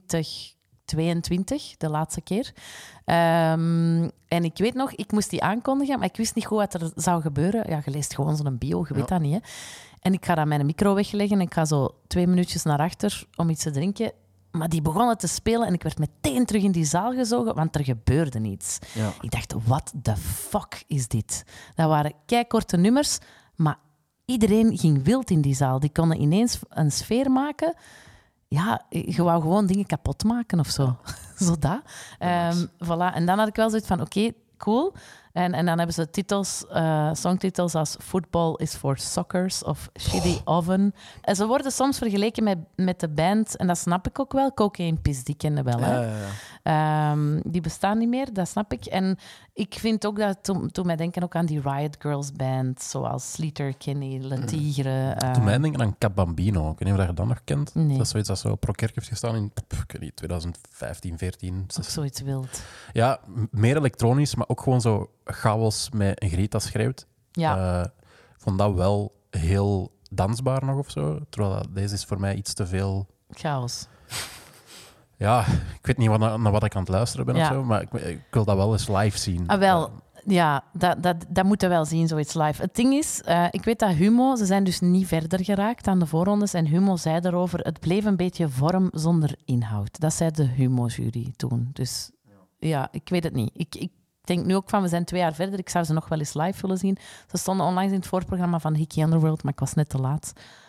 2022, de laatste keer. En ik weet nog, ik moest die aankondigen, maar ik wist niet goed wat er zou gebeuren. Ja, je leest gewoon zo'n bio, je weet dat niet. Hè? En ik ga dan mijn micro wegleggen en ik ga zo 2 minuutjes naar achter om iets te drinken. Maar die begonnen te spelen en ik werd meteen terug in die zaal gezogen, want er gebeurde niets. Ja. Ik dacht, what the fuck is dit? Dat waren keikorte nummers, maar iedereen ging wild in die zaal. Die konden ineens een sfeer maken Ja, je wou gewoon dingen kapot maken of zo. Zo dat. Voilà. En dan had ik wel zoiets van, oké, cool. En dan hebben ze titels, songtitels als Football is for Suckers of Shitty Oven. En ze worden soms vergeleken met de band, en dat snap ik ook wel. Cocaine Piss, die kennen wel. Hè? Ja. Die bestaan niet meer, dat snap ik. En ik vind ook dat, toen mij denken ook aan die Riot Girls band, zoals Sleater, Kinney, Le Tigre. Toen mij denken aan Cap Bambino. Ik weet niet of je dat nog kent. Nee. Dat is zoiets dat zo op Pro Kerk heeft gestaan in ik weet niet, 2015, 14, Ook 16. zoiets wild. Ja, meer elektronisch, maar ook gewoon zo chaos met een Greta schreeuwt. Ja. Ik vond dat wel heel dansbaar nog of zo. Terwijl deze is voor mij iets te veel... Chaos. Ja, ik weet niet naar wat ik aan het luisteren ben Ja. of zo, maar ik wil dat wel eens live zien. Ah, wel. Ja, dat moeten we wel zien, zoiets live. Het ding is, ik weet dat Humo, ze zijn dus niet verder geraakt aan de voorrondes. En Humo zei daarover, het bleef een beetje vorm zonder inhoud. Dat zei de Humo-jury toen. Dus ja, ik weet het niet. Ik denk nu ook van, we zijn 2 jaar verder. Ik zou ze nog wel eens live willen zien. Ze stonden onlangs in het voorprogramma van Hickey Underworld, maar ik was net te laat.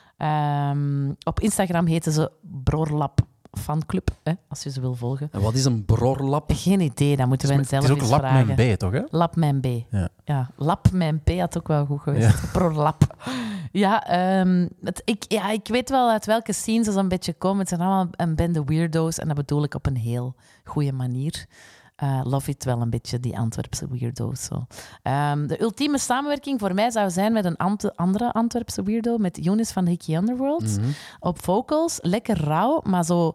Op Instagram heten ze Brorlap Fanclub, hè, als je ze wil volgen. En wat is een brorlap? Geen idee, dat moeten we Het zelf is ook eens Lap vragen. Mijn B, toch? Hè? Lap mijn B. Ja. Lap mijn B had ook wel goed geweest. Prolap. Ja, ik weet wel uit welke scene ze zo'n beetje komen. Het zijn allemaal een bende weirdo's en dat bedoel ik op een heel goede manier. Love it wel een beetje, die Antwerpse weirdo's. Zo. De ultieme samenwerking voor mij zou zijn met een andere Antwerpse weirdo, met Younes van Hickey Underworld. Op vocals, lekker rauw, maar zo...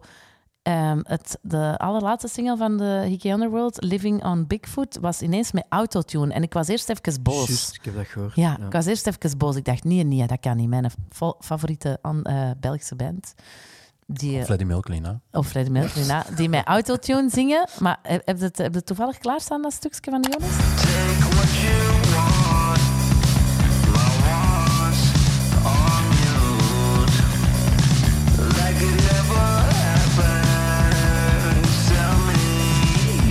de allerlaatste single van de Hickey Underworld, Living on Bigfoot, was ineens met autotune. En ik was eerst even boos. Juist, ik heb dat gehoord. Ja, ik was eerst even boos. Ik dacht, nee, dat kan niet. Mijn favoriete Belgische band. Freddie Mercury, hè? Of Freddie Mercury, die met autotune zingen. Maar heb je het toevallig klaarstaan, dat stukje van de Jonas? Take what you want. My wants on mute. Like it never happened. Tell me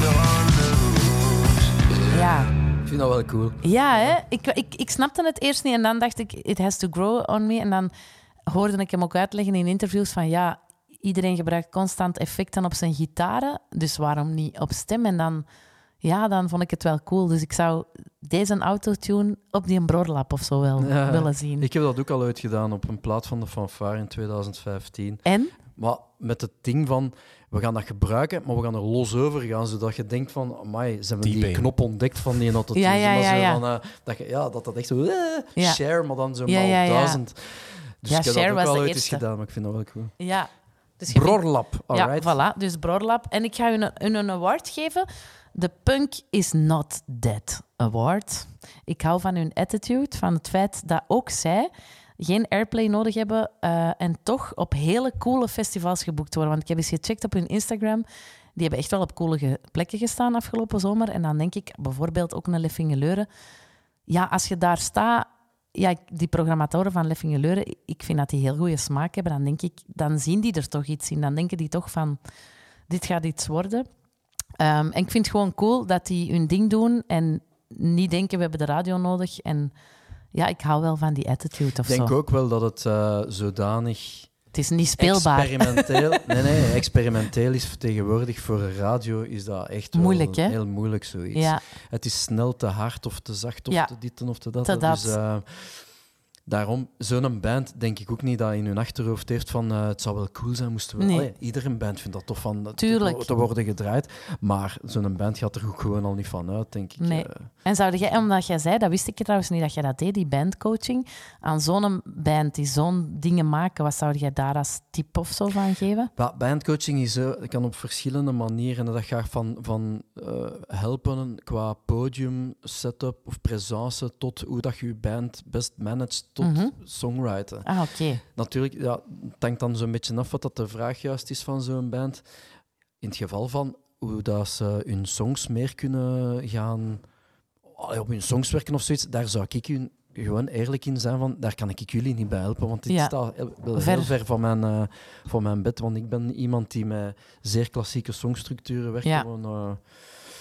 you're loose. Ja. Ik vind dat wel cool. Ja, hè? Ik snapte het eerst niet en dan dacht ik, it has to grow on me. En dan hoorde ik hem ook uitleggen in interviews van, ja, iedereen gebruikt constant effecten op zijn gitaren, dus waarom niet op stem? En dan vond ik het wel cool. Dus ik zou deze autotune op die Brorlap of zo wel willen zien. Ik heb dat ook al ooit gedaan op een plaat van de Fanfare in 2015. En? Maar met het ding van, we gaan dat gebruiken, maar we gaan er los over gaan, zodat je denkt van, amai, ze hebben die T-Pain. knop ontdekt van die autotune. Ja. Van, dat echt zo, Ja. share, maar dan zo Ja, maal ja. 1000. Dus Ja, ik heb share dat ook was al de ooit eens eerste. gedaan, maar ik vind dat wel cool. Ja. Dus je Brorlap, Ja, alright. voilà. Dus Brorlap. En ik ga u een award geven. De Punk is Not Dead Award. Ik hou van hun attitude, van het feit dat ook zij geen airplay nodig hebben en toch op hele coole festivals geboekt worden. Want ik heb eens gecheckt op hun Instagram. Die hebben echt wel op coole plekken gestaan afgelopen zomer. En dan denk ik bijvoorbeeld ook naar Leffingeleuren. Ja, als je daar staat... Ja, die programmatoren van Leffingeleuren, ik vind dat die heel goede smaak hebben. Dan denk ik, dan zien die er toch iets in. Dan denken die toch van, dit gaat iets worden. En ik vind het gewoon cool dat die hun ding doen en niet denken, we hebben de radio nodig. En ja, ik hou wel van die attitude of Ik denk zo. ook wel dat het zodanig Het is niet speelbaar. experimenteel is tegenwoordig voor een radio, is dat echt wel Moeilijk, hè? heel moeilijk zoiets. Ja, Het is snel te hard of te zacht of Ja. te dit of te dat. Te dat. Dus daarom, zo'n band denk ik ook niet dat in hun achterhoofd heeft van het zou wel cool zijn, moesten we... Nee. Allee, iedere band vindt dat tof van Tuurlijk. te worden gedraaid. Maar zo'n band gaat er ook gewoon al niet van uit, denk ik. Nee. En zou jij, omdat jij zei, dat wist ik trouwens niet dat jij dat deed, die bandcoaching, aan zo'n band die zo'n dingen maken, wat zou jij daar als tip of zo van geven? Bandcoaching is, dat kan op verschillende manieren. En dat gaat van helpen qua podium, setup of presence tot hoe dat je je band best managt tot songwriten. Ah, oké. Natuurlijk, ja, het hangt dan zo'n beetje af wat dat de vraag juist is van zo'n band. In het geval van hoe dat ze hun songs meer kunnen gaan... op hun songs werken of zoiets, daar zou ik hun gewoon eerlijk in zijn van, daar kan ik jullie niet bij helpen, want dit Ja. staat wel heel ver van mijn bed, want ik ben iemand die met zeer klassieke songstructuren werkt. Ja. Gewoon,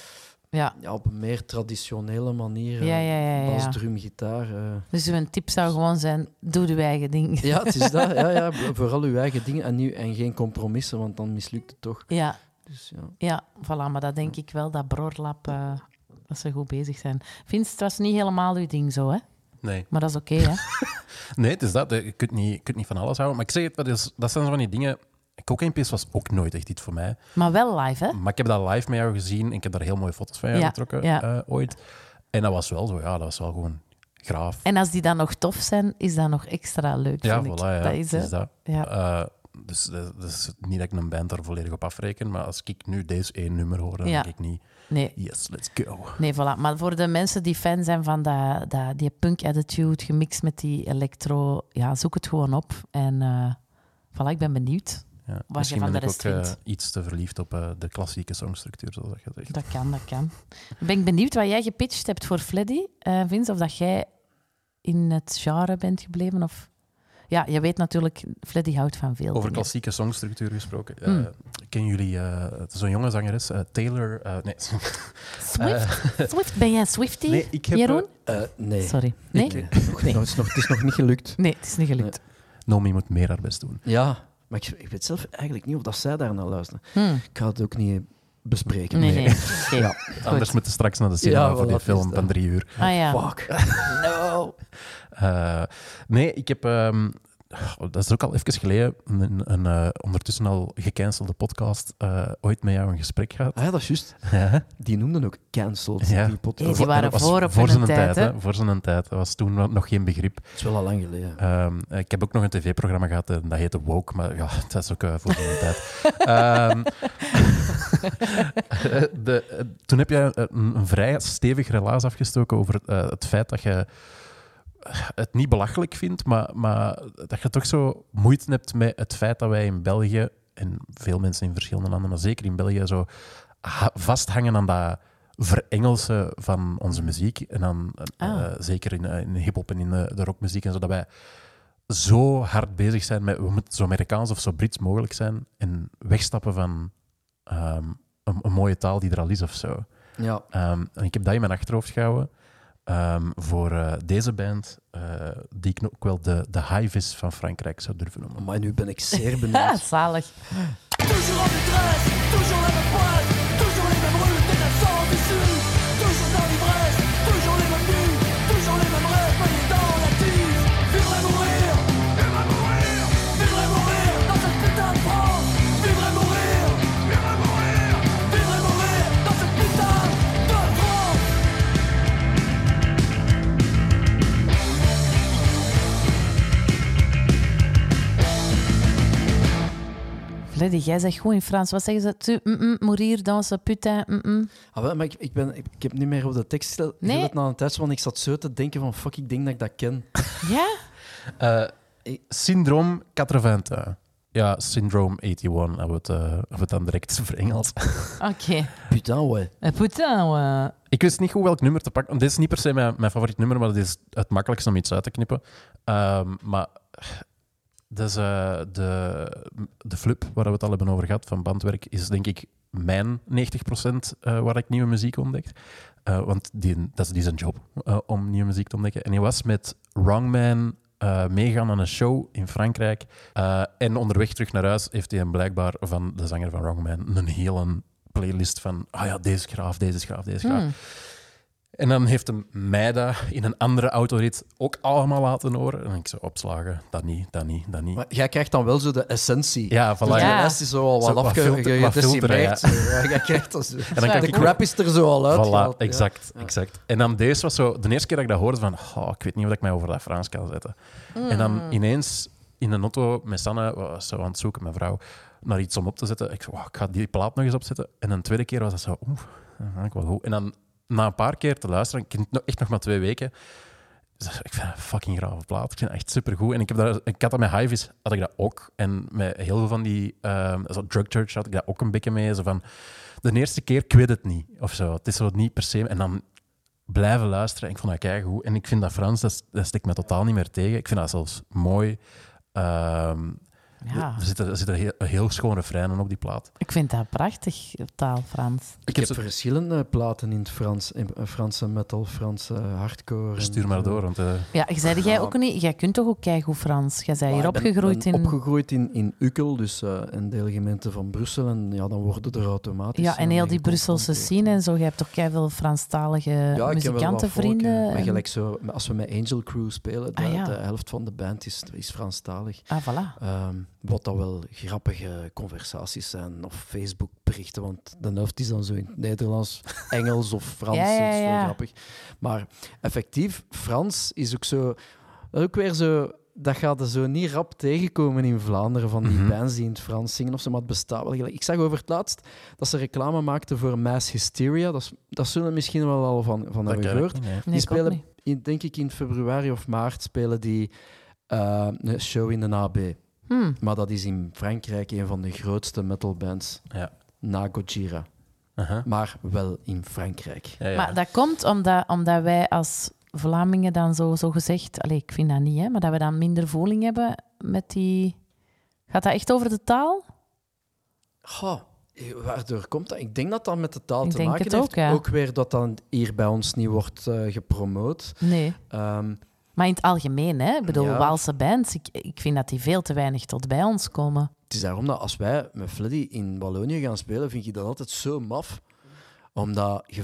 Ja. ja, op een meer traditionele manier. Ja. Bas, drum, gitaar. Dus uw tip zou gewoon zijn, doe je eigen ding. Ja, het is dat. Ja, vooral uw eigen dingen en geen compromissen, want dan mislukt het toch. Ja, Dus, voilà, maar dat denk ik wel, dat Broorlap, dat ze goed bezig zijn. Vince, het was niet helemaal uw ding zo, hè? Nee. Maar dat is oké, hè? Nee, het is dat. Je kunt niet van alles houden. Maar ik zeg het, dat zijn zo van die dingen... Cocaine Pills was ook nooit echt iets voor mij. Maar wel live, hè? Maar ik heb dat live met jou gezien en ik heb daar heel mooie foto's van jou Ja, getrokken ja. ooit. En dat was wel zo, dat was wel gewoon graaf. En als die dan nog tof zijn, is dat nog extra leuk, Ja, vind voilà, ik. ja. Dat is, het is dat. Ja. Dus niet dat ik een band daar volledig op afreken, maar als ik nu deze één nummer hoor, dan Ja. denk ik niet, Nee. yes, let's go. Nee, voilà. Maar voor de mensen die fan zijn van die punk attitude gemixt met die electro, ja, zoek het gewoon op. En voilà, ik ben benieuwd. Ja. je Misschien van ben de ik ook rest vindt. iets te verliefd op de klassieke songstructuur, zoals dat je zegt. Dat kan. Ben ik benieuwd wat jij gepitcht hebt voor Fleddy, Vince, of dat jij in het genre bent gebleven, of... Ja, je weet natuurlijk, Fleddy houdt van veel Over dingen. klassieke songstructuur gesproken. Kennen jullie zo'n jonge zangeres, Taylor? Nee. Swift, ben jij Swiftie, Nee, ik heb... Jeroen? nee. Sorry. Nee? Nee. Nee. Het is nog niet gelukt. Nee, het is niet gelukt. Nomi moet meer haar best doen. Ja, maar ik weet zelf eigenlijk niet of dat zij daar naar luisteren. Hm. Ik ga het ook niet bespreken. Nee. Oké. Ja. Anders moeten we straks naar de cinema Ja, voor die voilà, film is dat. van 3 uur. Ah ja. Fuck. No. Nee, ik heb... dat is ook al even geleden, een ondertussen al gecancelde podcast ooit met jou een gesprek gehad. Ah ja, dat is juist. Ja. Die noemden ook cancelled, Ja. die podcast. Hey, die waren Dat was voor op voor hun zijn tijd, hè? hè. Voor zijn tijd. Dat was toen nog geen begrip. Dat is wel al lang geleden. Ik heb ook nog een tv-programma gehad en dat heette Woke, maar ja, dat is ook voor zijn tijd. Toen heb je een vrij stevig relaas afgestoken over het feit dat je het niet belachelijk vindt, maar dat je toch zo moeite hebt met het feit dat wij in België, en veel mensen in verschillende landen, maar zeker in België, zo vasthangen aan dat verengelsen van onze muziek. En dan zeker in hip-hop en in de rockmuziek en zo, dat wij zo hard bezig zijn met we moeten zo Amerikaans of zo Brits mogelijk zijn en wegstappen van een mooie taal die er al is of zo. Ja. En ik heb dat in mijn achterhoofd gehouden voor deze band, die ik ook wel de Hives van Frankrijk zou durven noemen. Maar nu ben ik zeer Ja, benieuwd. zalig. Toujours en détresse, toujours la même pointe, toujours les mêmes rues, des accents déçus, toujours dans l'ivresse, toujours les mêmes nuits, toujours les mêmes rêves, noyés dans la tige. Vivre mourir, vivre mourir dans cette putain de France. Vivre mourir, vivre mourir dans cette putain de France. Fleddy, jij zegt goed in Frans. Wat zeggen ze? Tu mourir dans ce putain. Ah, wel, maar ik heb niet meer op de tekst Nee. gelet na een tijd, want ik zat zo te denken van fuck, ik denk dat ik dat ken. Ja? Syndroom 81. Ja, Syndrome 81, hebben we het dan direct verengeld. Oké. Putain, ouais. Putain, Ik wist niet goed welk nummer te pakken. Dit is niet per se mijn favoriet nummer, maar het is het makkelijkste om iets uit te knippen. Maar dus, de flip, waar we het al hebben over gehad, van bandwerk, is denk ik mijn 90% waar ik nieuwe muziek ontdekt. Want dat is zijn job, om nieuwe muziek te ontdekken. En hij was met Wrongman meegaan aan een show in Frankrijk. En onderweg terug naar huis heeft hij blijkbaar van de zanger van Wrongman een hele playlist van deze is graaf, deze is graaf, deze is graaf. En dan heeft hem mij dat in een andere autorit ook allemaal laten horen. En ik zo opslagen, dat niet. Maar jij krijgt dan wel zo de essentie. Ja, voilà. Dus de Ja. rest is zo al Zo wat wat filter- wat gedecimeerd. filteren, Jij krijgt dat zo. dan kan De ik crap is er zo al uit. Voilà, exact. En dan deze was zo... De eerste keer dat ik dat hoorde, van... ik weet niet of ik mij over dat Frans kan zetten. En dan ineens in een auto met Sanne, was zo aan het zoeken, mijn vrouw, naar iets om op te zetten. Ik zo, ik ga die plaat nog eens opzetten. En een tweede keer was dat zo... dat vind ik wel goed. En dan na een paar keer te luisteren, ik ken het echt nog maar 2 weken... Ik vind het een fucking grave plaat. Ik vind het echt supergoed. En ik had dat met Hives, had ik dat ook. En met heel veel van die... zo Drug Church had ik dat ook een beetje mee. Zo van, de eerste keer, ik weet het niet. Of zo. Het is zo niet per se... En dan blijven luisteren. En ik vond dat keigoed. En ik vind dat Frans, dat stikt me totaal niet meer tegen. Ik vind dat zelfs mooi. Ja, Er zitten heel schone refreinen op die plaat. ik vind dat prachtig, taal Frans. Ik heb verschillende platen in het Frans. In Franse metal, Franse hardcore. en Stuur maar zo. door, want Ja, zei jij ook niet... Jij kunt toch ook keigoed Frans? Jij bent hier Maar ik opgegroeid ben in... opgegroeid in Ukkel, dus een deelgemeente van Brussel. En ja, dan worden er automatisch... Ja, en mee heel die Brusselse geconfronteerd. scene en zo. Je hebt toch keiveel Franstalige Ja, ik ken wel wat muzikantenvrienden? volk, maar en- gelijk zo, als we met Angel Crew spelen, Ah, ja. de helft van de band is Franstalig. Ah, voilà. Wat dan wel grappige conversaties zijn, of Facebook-berichten, want de helft is dan zo in het Nederlands, Engels of Frans. Ja, ja, Dat is ja. wel grappig. Maar effectief, Frans is ook zo... Ook weer zo... Dat gaat er zo niet rap tegenkomen in Vlaanderen, van die bands die in het Frans zingen of zo, maar het bestaat wel. Ik zag over het laatst dat ze reclame maakten voor Mass Hysteria. Dat zullen we misschien wel al van dat hebben ken ik gehoord. niet, nee. Nee, Die ik ook spelen, niet. denk ik, in februari of maart spelen die een show in de AB. Maar dat is in Frankrijk een van de grootste metalbands, Ja. na Gojira. Uh-huh. Maar wel in Frankrijk. Ja, ja. Maar dat komt omdat wij als Vlamingen dan zo gezegd... Allee, ik vind dat niet, hè, maar dat we dan minder voeling hebben met die... Gaat dat echt over de taal? Goh, waardoor komt dat? Ik denk dat dat met de taal Ik te denk maken het heeft. ook, ja. Ook weer dat dan hier bij ons niet wordt gepromoot. Nee. Ehm, Maar in het algemeen, hè? Ik bedoel, Ja. Waalse bands, ik vind dat die veel te weinig tot bij ons komen. Het is daarom dat als wij met Fleddy in Wallonië gaan spelen, vind je dat altijd zo maf. Omdat je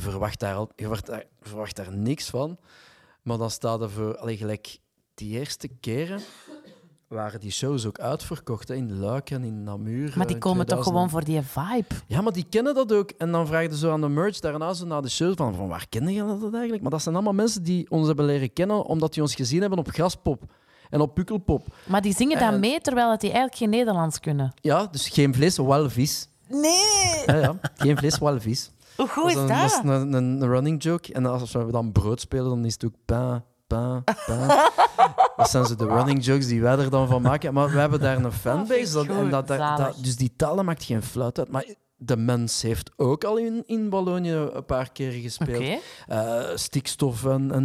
verwacht daar niks van. Maar dan staat er voor... Allee, gelijk die eerste keren waren die shows ook uitverkocht. Hè, in Luik en in Namur. Maar die in komen toch 2000. gewoon voor die vibe? Ja, maar die kennen dat ook. En dan vragen ze zo aan de merch daarna zo naar de show van waar kennen jullie dat eigenlijk? Maar dat zijn allemaal mensen die ons hebben leren kennen omdat die ons gezien hebben op Graspop en op Pukkelpop. Maar die zingen dan mee, terwijl dat die eigenlijk geen Nederlands kunnen. Ja, dus geen vlees, wel vis. Nee! Ja, ja. Geen vlees, wel vis. Hoe goed is Dat dat? is een running joke. En als we dan brood spelen, dan is het ook pain, pain, pain. Dat zijn zo de running jokes die wij er dan van maken. Maar we hebben daar een fanbase. ik goed. Zalig. Dus die taal maakt geen fluit uit. Maar de mens heeft ook al in Wallonië een paar keer gespeeld. Oké. Stikstof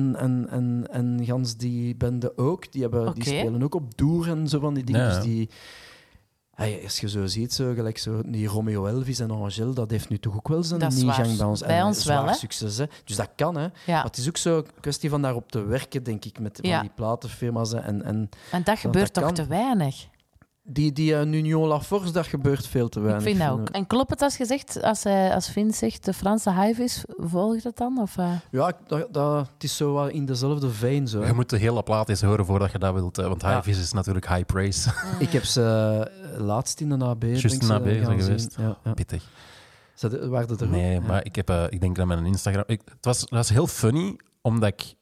en gans die bende ook. Die Oké. spelen ook op Doer en zo van die dingen. Ja. Dus die... Hey, als je zo ziet, zo, gelijk zo, die Romeo Elvis en Angel, dat heeft nu toch ook wel zijn Dat is waar. ingang bij ons. Bij En ons wel, zwaar hè? succes, hè. Dus dat kan, hè. Ja. Maar het is ook zo een kwestie van daarop te werken, denk ik, met Ja. van die platenfirma's. En En dat gebeurt dat toch kan. te weinig? die Union La Force, dat gebeurt veel te weinig. Ik vind dat ook. En klopt het als je zegt, als Vin zegt, de Franse hive is, volg je dat dan? Of, Ja, het is zo wel in dezelfde vein. Zo, hè. Je moet de hele plaat eens horen voordat je dat wilt. Want Ja. Hive is natuurlijk high praise. Ik heb ze laatst in een AB. Juist denk in ze, AB zijn gaan zien. geweest. Ja. Pittig. Waren er Nee, ook? Ja. maar ik denk dat mijn Instagram... Het was heel funny, omdat ik...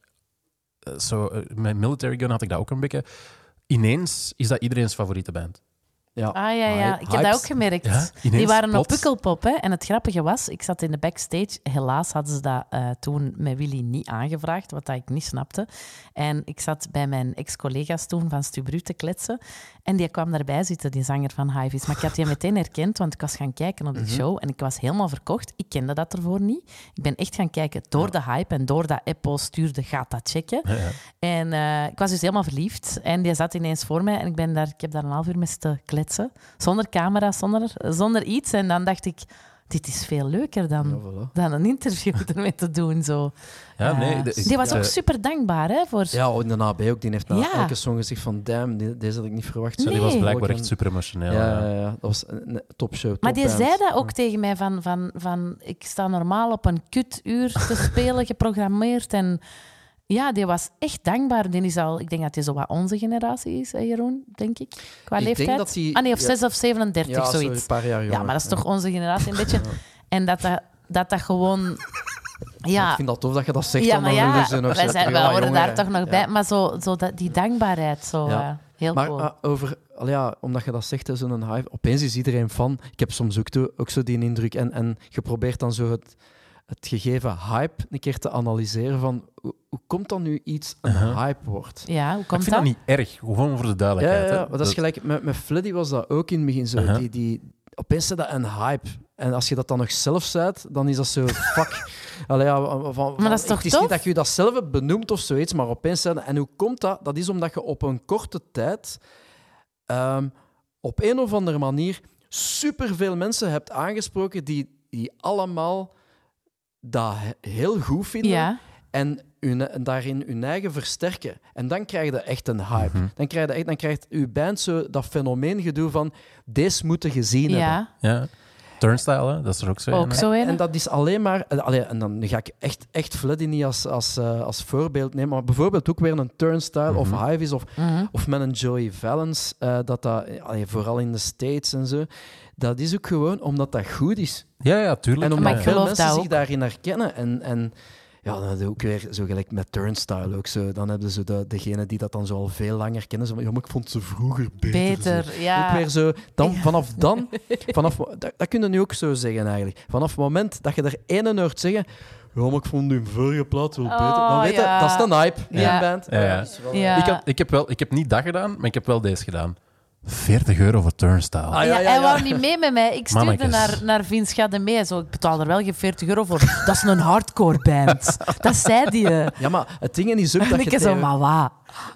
Met Military Gun had ik dat ook een beetje. Ineens is dat iedereen's favoriete band. Ja. Ah ja, Maar ik heb dat hypes- ook gemerkt. Ja, Die ineens, waren op plots. Pukkelpop, hè. En het grappige was, ik zat in de backstage. Helaas hadden ze dat toen met Willy niet aangevraagd, wat dat ik niet snapte. En ik zat bij mijn ex-collega's toen van Stubru te kletsen. En die kwam daarbij zitten, die zanger van Hives. Maar ik had die meteen herkend, want ik was gaan kijken op die show. En ik was helemaal verkocht. Ik kende dat ervoor niet. Ik ben echt gaan kijken door de hype en door dat Apple stuurde, gaat dat checken. Ja, ja. En ik was dus helemaal verliefd. En die zat ineens voor mij en ik heb daar een half uur mee zitten kletsen. Zonder camera, zonder iets. En dan dacht ik, dit is veel leuker Ja, dan voilà. een interview ermee te doen. Zo. Ja, nee, Die was ook super dankbaar, hè? Voor... Ja, in de AB ook. Die heeft na Ja. elke song gezegd van damn, deze had ik niet verwacht. Nee. Die was blijkbaar Ook echt super emotioneel. Ja, dat was een topshow. Maar die topband. zei dat ook tegen mij, van ik sta normaal op een kutuur te spelen, geprogrammeerd. En ja, die was echt dankbaar. Die is al, ik denk dat hij zo wat onze generatie is, hè, Jeroen, denk ik. Qua Ik denk leeftijd. dat die- Ah nee, of ja. 6 of 37, Ja, zo zoiets. een paar jaar jonger. Ja, maar dat is toch onze generatie een beetje. En dat gewoon... Ja, Ik vind dat tof dat je dat zegt. ja, dan maar willen ja, ze nog wij zeggen, horen jongeren. daar toch nog Ja. bij. Maar zo die dankbaarheid, zo Ja. heel Maar cool. omdat je dat zegt, hè, zo'n hype, opeens is iedereen fan. Ik heb soms ook zo die indruk. En je probeert dan zo het gegeven hype een keer te analyseren van hoe komt dan nu iets een hype wordt? Ja, hoe Maar ik komt vind dat? dat niet erg, gewoon voor de Ja, duidelijkheid. hè. maar dat is gelijk. Met Fleddy was dat ook in het begin zo. Opeens is dat een hype. En als je dat dan nog zelf zet, dan is dat zo fuck. Allee, ja, Maar dat is toch het is tof? niet dat je dat zelf hebt benoemd of zoiets, maar opeens zei dat. En hoe komt dat? Dat is omdat je op een korte tijd op een of andere manier superveel mensen hebt aangesproken die allemaal dat heel goed vinden Ja. en daarin hun eigen versterken. En dan krijg je echt een hype. Dan krijgt je band zo dat fenomeengedoe van deze moeten gezien hebben. Ja, Ja. Turnstile, hè? Dat is er ook zo. ook hè? zo een. En dat is alleen maar... en dan ga ik echt Fleddy niet als voorbeeld nemen, maar bijvoorbeeld ook weer een Turnstile of Hives of met een Joey Valence, vooral in de States en zo. Dat is ook gewoon omdat dat goed is. Ja, tuurlijk. En Maar omdat ik veel geloof mensen dat zich ook. daarin herkennen. En ja, dan heb je ook weer zo gelijk met Turnstile ook zo. Dan hebben ze degene die dat dan zo al veel langer kennen. Zo van, ja, maar ik vond ze vroeger beter. Zo. Ja. Ook weer zo. Dan, dat kun je nu ook zo zeggen eigenlijk. Vanaf het moment dat je er ene hoort zeggen... Ja, maar ik vond die vorige plaat wel beter. Dan weet je, ja. dat is een hype in Ja. een band. Ja. Dat is wel- Ja. Ik heb niet dat gedaan, maar ik heb wel deze gedaan. €40 voor Turnstile. Ah, Ja, ja, hij ja. wou niet mee met mij. Ik stuurde Mannetjes. naar Vince Schade mee. Zo, ik betaal er wel geen €40 voor. Dat is een hardcore band. Dat zei hij. Ja, maar het ding is ook En dat ik je... zo, tegen- maar wat?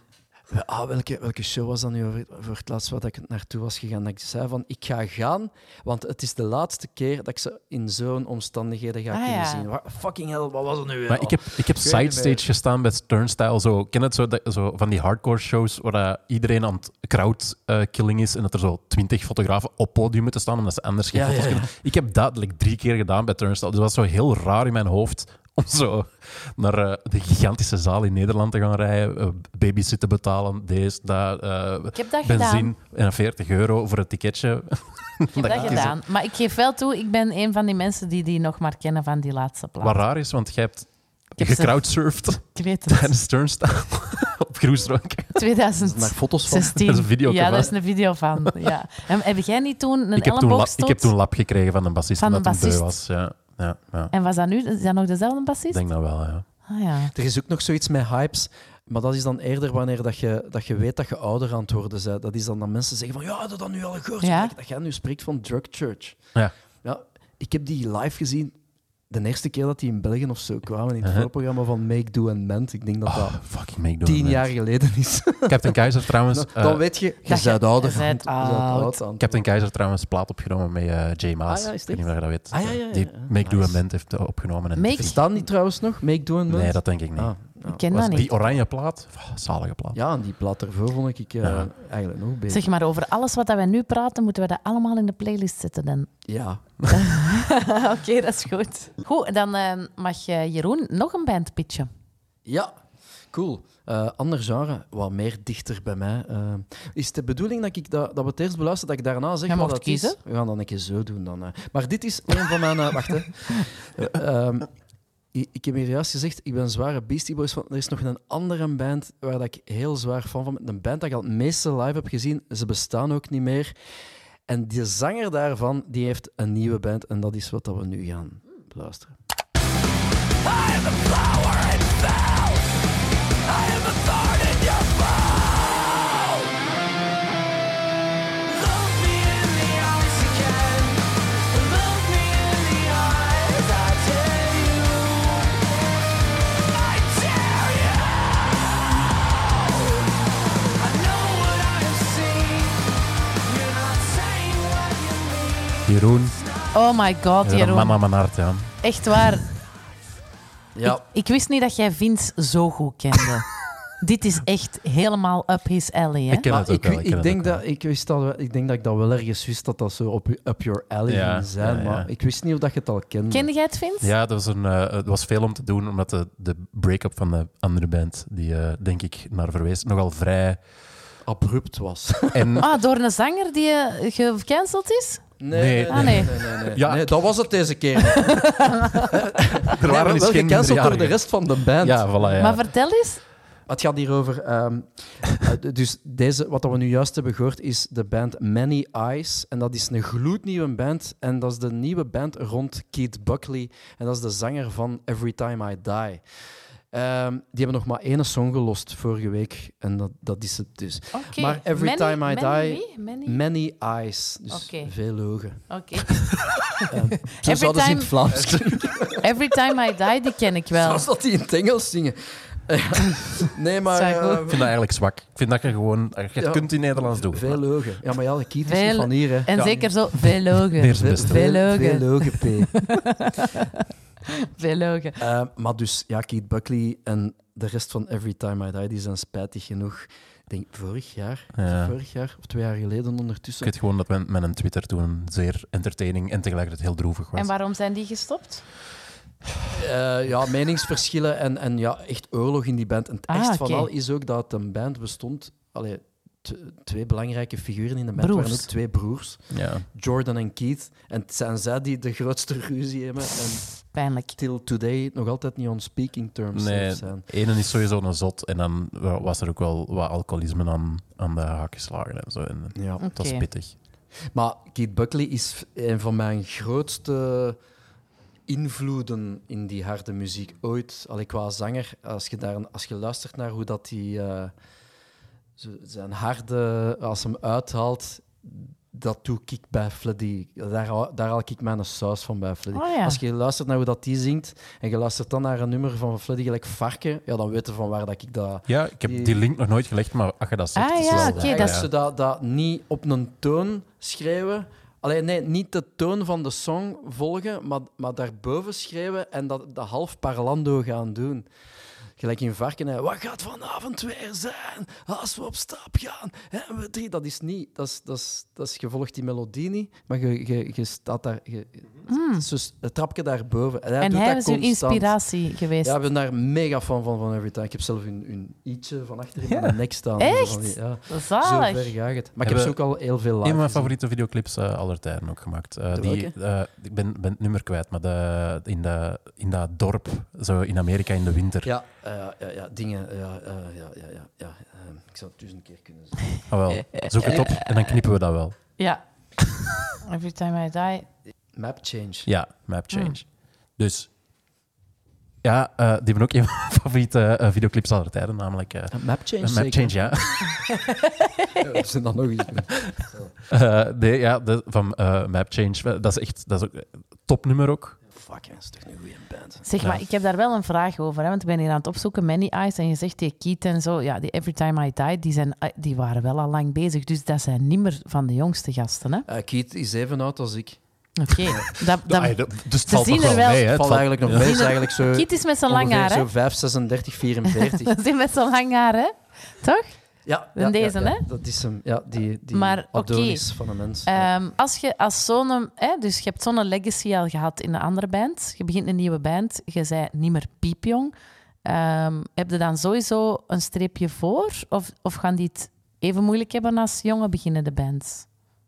Welke show was dat nu voor het laatst wat ik naartoe was gegaan? Dat ik zei van, ik ga gaan, want het is de laatste keer dat ik ze in zo'n omstandigheden ga kunnen ja. zien. Fucking hell, wat was het nu weer? Maar ik heb weet niet sidestage meer. gestaan met Turnstile. Zo, ken het zo van die hardcore shows waar iedereen aan het crowd-killing is en dat er zo 20 fotografen op podium moeten staan omdat ze anders geen Ja, foto's ja, ja. kunnen. Ik heb dat 3 keer gedaan bij Turnstile. Dus dat was zo heel raar in mijn hoofd om zo naar de gigantische zaal in Nederland te gaan rijden, babysitten betalen, deze, dat, Ik heb dat benzine gedaan. en €40 voor het ticketje. Ik heb dat is- gedaan. Maar ik geef wel toe, ik ben een van die mensen die nog maar kennen van die laatste plaat. Wat raar is, want jij hebt heb ze- gecrowdsurfd Ik weet het. tijdens Turnstile op Groesdronk. Naar 2016. foto's van. Er is een video Ja, van. daar is een video van. Ja. En heb jij niet toen een Ik heb elleboogstoot? toen lap gekregen van een bassist Van een omdat hij beu bassist. was. Ja. En was dat nu? Is dat nog dezelfde Ik bassist? denk dat wel, ja. Ah ja. Er is ook nog zoiets met hypes, maar dat is dan eerder wanneer dat je weet dat je ouder aan het worden bent. Dat is dan dat mensen zeggen van, ja, dat dan nu al gehoord. Ja. Dat jij nu spreekt van Drug Church. Ja. Ja, ik heb die live gezien de eerste keer dat die in België of zo kwamen, in het Uh-huh. voorprogramma van Make, Do and Mend. Ik denk dat dat Fucking make 10 jaar geleden is. Captain Keizer trouwens... Dan weet je, je dat je- bent ouder. je bent aan het- oud. aan het- Captain Keizer trouwens plaat opgenomen met Jay Maas. Ah, ja, is Ik weet niet het of je dat weet. Ah, ja, ja, ja. Die Make Do Nice. Amend heeft opgenomen. En Make- Staan die trouwens nog? Make, Do and Mend? Nee, dat denk ik niet. Ah, Ik ja. ken Was dat niet. die oranje plaat? Zalige plaat. Ja, en die plaat ervoor vond ik Ja. eigenlijk nog beter. Zeg maar, over alles wat wij nu praten, moeten we dat allemaal in de playlist zetten. Dan. Ja. Oké, dat is goed. Goed, dan mag Jeroen nog een band pitchen. Ja, cool. Ander genre, wat meer dichter bij mij. Is het de bedoeling dat we het eerst beluisteren, dat ik daarna zeg Jij wat mocht dat is? kiezen. We gaan dat een keer zo doen dan. Maar dit is een van mijn... wacht, hè. Ik heb hier juist gezegd, ik ben een zware Beastie Boys fan. Er is nog een andere band waar dat ik heel zwaar fan van ben. Een band dat ik al het meeste live heb gezien. Ze bestaan ook niet meer. En die zanger daarvan, die heeft een nieuwe band. En dat is wat dat we nu gaan beluisteren. Look me in the eyes again. Look me in the eyes. I dare you. I dare you. I know what I have seen. You're not saying what you mean. Jeroen, Oh my god, een man Jeroen. aan mijn hart, ja. Echt waar. Ja, Ik wist niet dat jij Vince zo goed kende. Dit is echt helemaal up his alley, hè? Ik ken maar het ook wel. ken het denk ook wel. dat, ik denk dat ik dat wel ergens wist dat dat zo up your alley Ja, ging zijn. ja, ja. Maar ik wist niet of dat je het al kende. Kende jij het, Vince? Ja, dat was het was veel om te doen, omdat de break-up van de andere band, die denk ik naar verwees, nogal vrij... Abrupt was. En Ah, door een zanger die gecanceld is? Nee. Ah, nee. Ja. Nee, dat was het deze keer. er waren wel eens geen gecanceld door de minderjarigen. rest van de band. Ja, voilà, ja. Maar vertel eens. Het gaat hier over... dus wat we nu juist hebben gehoord is de band Many Eyes. En dat is een gloednieuwe band. En dat is de nieuwe band rond Keith Buckley. En dat is de zanger van Every Time I Die. Die hebben nog maar 1 song gelost vorige week. En dat is het dus. Oké. Maar Every Time I Die... Many? Many Eyes. Dus Oké. veel ogen. Oké. Zo zouden ze in time- het Vlaams klinken. Every Time I Die, die ken ik wel. Zoals dat die in het Engels zingen. Nee, maar... Zeg, hoor. Ik vind dat eigenlijk zwak. Ik vind dat je gewoon... Je Ja. kunt in Nederlands doen. Veel logen. Ja, maar ja, de kiet is Veel- niet van hier, hè. En Ja. zeker zo veel logen. Meer zijn beste. Veel logen. Veel logen, P. Veel logen. Maar dus, ja, Keith Buckley en de rest van Every Time I Die, die zijn spijtig genoeg. Ik denk vorig jaar, Ja. vorig jaar of 2 jaar geleden Ik ondertussen. weet gewoon dat mijn Twitter toen zeer entertaining en tegelijkertijd heel droevig was. En waarom zijn die gestopt? Ja, meningsverschillen en ja, echt oorlog in die band. En het Ah, ergste oké. van al is ook dat het een band bestond... Allee, 2 belangrijke figuren in de band Broers. waren ook 2 broers. Ja. Jordan en Keith. En het zijn zij die de grootste ruzie hebben. En Pijnlijk. till today nog altijd niet on speaking terms Nee, zelfs zijn. ene is sowieso een zot. En dan was er ook wel wat alcoholisme aan de haak geslagen en zo. En Ja. het was Oké. pittig. Maar Keith Buckley is een van mijn grootste invloeden in die harde muziek ooit. Al qua zanger, als je luistert naar hoe dat hij zijn harde, als hem uithaalt, dat doe ik bij Fleddy. Daar haal ik mijn saus van bij Fleddy. Oh ja. Als je luistert naar hoe dat die zingt en je luistert dan naar een nummer van Fleddy gelijk Varken, ja, dan weet je van waar dat ik dat... Ja, ik heb die link nog nooit gelegd, maar als je dat zegt... Ah, is ja, wel, oké, dat Eigenlijk is- zo dat niet op een toon schreeuwen. Alleen nee, niet de toon van de song volgen, maar daarboven schreeuwen en dat half parlando gaan doen. Gelijk in Varken, hè, wat gaat vanavond weer zijn als we op stap gaan? En we 3, dat is niet. Je volgt die melodie niet, maar je staat daar. Dus het trapje daarboven. En hij En doet hij dat is uw constant. inspiratie geweest. Ja, ik ben daar mega fan van Every Time. Ik heb zelf een i'tje van achter in mijn nek staan. Echt? Zo van die- ja. Zo Zalig. ver gaat het. Maar ik Hebben- heb ze ook al heel veel live Een van mijn gezien. favoriete videoclips aller tijden ook gemaakt. Ik ben het nummer kwijt, maar in dat dorp, zo in Amerika in de winter. Ja, dingen. Ik zou het 1000 keer kunnen zeggen. Ah, wel. Zoek het op en dan knippen we dat wel. Ja. Every time I die. Map change. Ja, Map Change. Dus ja, die hebben ook een van mijn favoriete videoclips aller tijden, namelijk Map change, Map zeker? Change, ja. Ja, we zijn dan nog eens. Nee, ja, van Map Change. Dat is ook een topnummer ook. Fuck, dat is toch een goede band. Zeg Ja. maar, ik heb daar wel een vraag over. Hè, want ik ben hier aan het opzoeken, Many Eyes. En je zegt die Keith en zo, ja, die Every Time I Die, die waren wel al lang bezig. Dus dat zijn niet meer van de jongste gasten. Hè? Keith is even oud als ik. Oké. Dus het ze valt zien toch er wel wel- mee, hè? Het valt eigenlijk nog mee. Het is eigenlijk zo... Keith is met zijn lang ongeveer haar, hè? Zo 5, 36, 44. Ze zijn met zijn lang haar, hè? Toch? Ja, Dan deze, hè? Dat is hem. Ja, die Maar, oké. Adonis van een mens. Ja. Als je als zo'n... Dus je hebt zo'n legacy al gehad in de andere band. Je begint een nieuwe band. Je bent niet meer piepjong. Heb je dan sowieso een streepje voor? Of gaan die het even moeilijk hebben als jonge beginnende bands?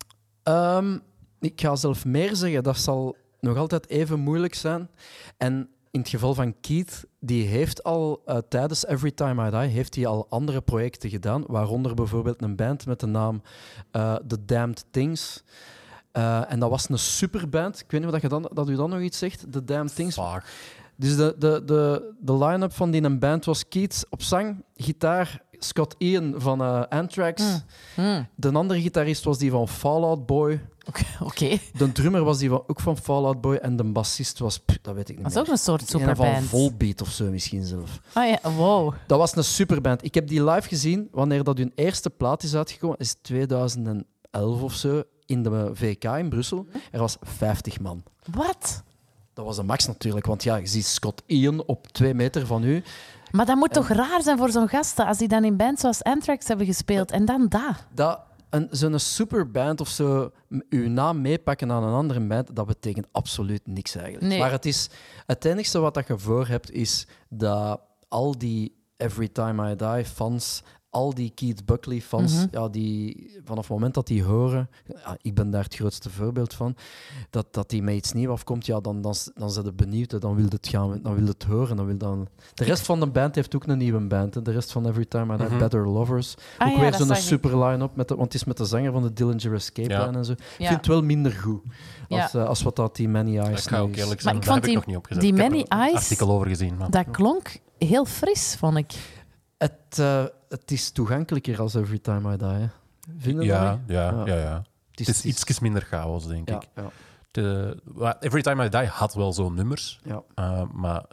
Ik ga zelf meer zeggen. Dat zal nog altijd even moeilijk zijn. En in het geval van Keith, die heeft al tijdens Every Time I Die heeft hij al andere projecten gedaan, waaronder bijvoorbeeld een band met de naam The Damned Things. En dat was een superband. Ik weet niet of dat u dan nog iets zegt. The Damned Things. Vaag. Dus de line-up van die band was Keith op zang, gitaar, Scott Ian van Anthrax. De andere gitarist was die van Fall Out Boy. Oké. De drummer was die ook van Fall Out Boy. En de bassist was, dat weet ik niet Dat is meer. ook een soort Een superband. van Volbeat of zo misschien zelf. Ah ja, wow. Dat was een superband. Ik heb die live gezien wanneer dat hun eerste plaat is uitgekomen. Is 2011 of zo in de VK in Brussel. Er was 50 man. Wat? Dat was de max natuurlijk, want ja, je ziet Scott Ian op 2 meter van u. Maar dat moet toch raar zijn voor zo'n gasten als die dan in bands zoals Anthrax hebben gespeeld en dan dat. Zo'n superband of zo, uw naam meepakken aan een andere band, dat betekent absoluut niks eigenlijk. Nee. Maar het enige wat dat je voor hebt, is dat al die Every Time I Die fans, al die Keith Buckley fans, ja, die vanaf het moment dat die horen, ja, ik ben daar het grootste voorbeeld van, dat die met iets nieuws afkomt, ja, dan zijn ze benieuwd, hè, dan wil het gaan, dan wil het horen. De rest van de band heeft ook een nieuwe band. Hè. De rest van Every Time I Die, Better Lovers. Ah ook ja, weer dat zo'n zag ik. super line-up, want het is met de zanger van de Dillinger Escape Ja. Line en zo. Ik Ja. vind het wel minder goed Ja. als wat dat die Many Eyes Ik ga ook nu is. eerlijk Maar zijn, ik daar vond heb ik die- nog niet opgezet. die Ik heb Many er een Eyes- artikel over gezien. Maar... Dat klonk heel fris, vond ik. Het is toegankelijker als Every Time I Die. Hè. Vinden we dat niet? Ja. Het is iets minder chaos, denk Ja, ik. ja, Every Time I Die had wel zo'n nummers, ja. maar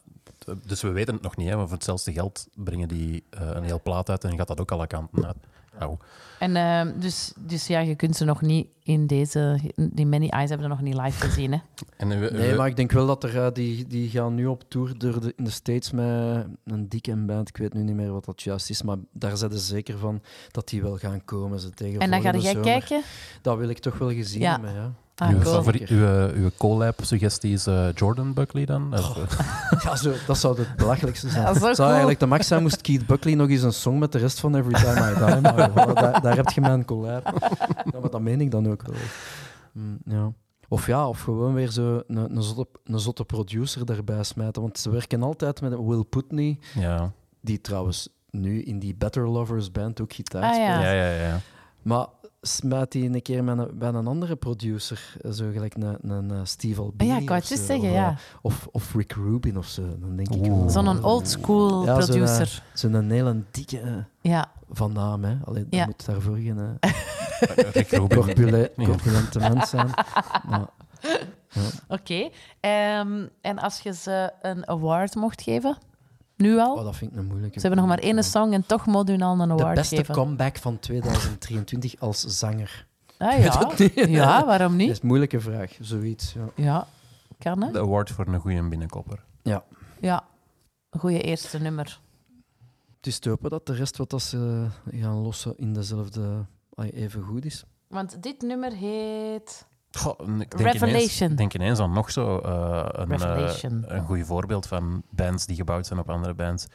Dus we weten het nog niet, hè, maar voor hetzelfde geld brengen die een heel plaat uit en gaat dat ook alle kanten uit. Au. En dus ja, je kunt ze nog niet in deze... Die Many Eyes hebben we nog niet live gezien, hè? En Nee, maar ik denk wel dat er... die gaan nu op tour in de States met een dikke band. Ik weet nu niet meer wat dat juist is, maar daar zijn ze zeker van dat die wel gaan komen. Ze tegen En dan ga volgende jij zomer. kijken? Dat wil ik toch wel gezien Ja. hebben, ja. Ah, cool. uw collab-suggestie is Jordan Buckley dan? Ja, dat zou het belachelijkste zijn. Dat is Het ook zou cool. eigenlijk de max zijn moest Keith Buckley nog eens een song met de rest van Every Time I Die. Maar voilà, daar heb je mijn collab. Ja, maar dat meen ik dan ook wel. Ja. Of gewoon weer zo een zotte producer daarbij smijten. Want ze werken altijd met Will Putney, Ja. die trouwens nu in die Better Lovers band ook gitaar Ah, ja. speelt. Ja. Maar smijt die een keer bij een andere producer, zo gelijk een Steve Albini. Ja, ik wou of het juist zo, zeggen, of, ja. Of Rick Rubin of zo. Dan denk ik Oeh. wel. Zo'n oldschool Ja, producer. Zo'n hele dikke Ja. van naam, hè. Allee, dat Ja. moet daarvoor geen Rick Rubin. corpulente mens zijn. Maar, Oké. En als je ze een award mocht geven? Nu al? oh, dat vind ik een moeilijke. Ze hebben nog maar één song en toch moet u al een De award beste geven. comeback van 2023 als zanger. Ah, ja. Ja, waarom Dat niet? is een moeilijke vraag, zoiets. Ja. Ja, kan hè? De award voor een goede binnenkopper. Ja. Goeie eerste nummer. Het is te hopen dat de rest wat dat ze gaan lossen in dezelfde even goed is. Want dit nummer heet... Goh, ik Revelation. Ik denk ineens aan nog zo Revelation. een goed voorbeeld van bands die gebouwd zijn op andere bands.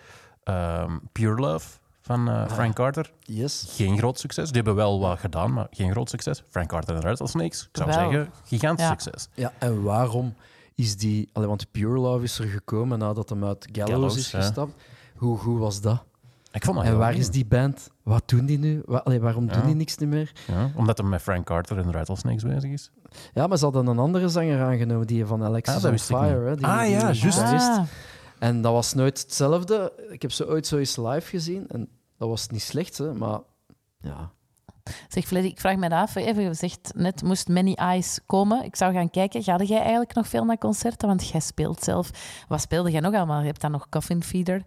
Pure Love van Frank Carter. Yes. Geen groot succes. Die hebben wel wat gedaan, maar geen groot succes. Frank Carter en Rattlesnakes, ik zou Wel. zeggen, gigantisch Ja. succes. Ja, en waarom is die... Want Pure Love is er gekomen nadat hem uit Gallows is ja. gestapt. Hoe goed was dat? Ik vond dat En heel waar goed. is die band? Wat doen die nu? Waarom Ja. doen die niks niet meer? Ja, omdat hij met Frank Carter en Rattlesnakes bezig is. Ja, maar ze hadden een andere zanger aangenomen, die van Alexis dat on wist ik Fire. niet. Hè, die Ja, juist. gitarist. Ah, En dat was nooit hetzelfde. Ik heb ze ooit zo eens live gezien en dat was niet slecht, hè, maar ja. zeg Freddy, ik vraag me af, even gezegd, net moest Many Eyes komen. Ik zou gaan kijken. Ga jij eigenlijk nog veel naar concerten? Want jij speelt zelf. Wat speelde jij nog allemaal? Je hebt dan nog Coffin Feeder.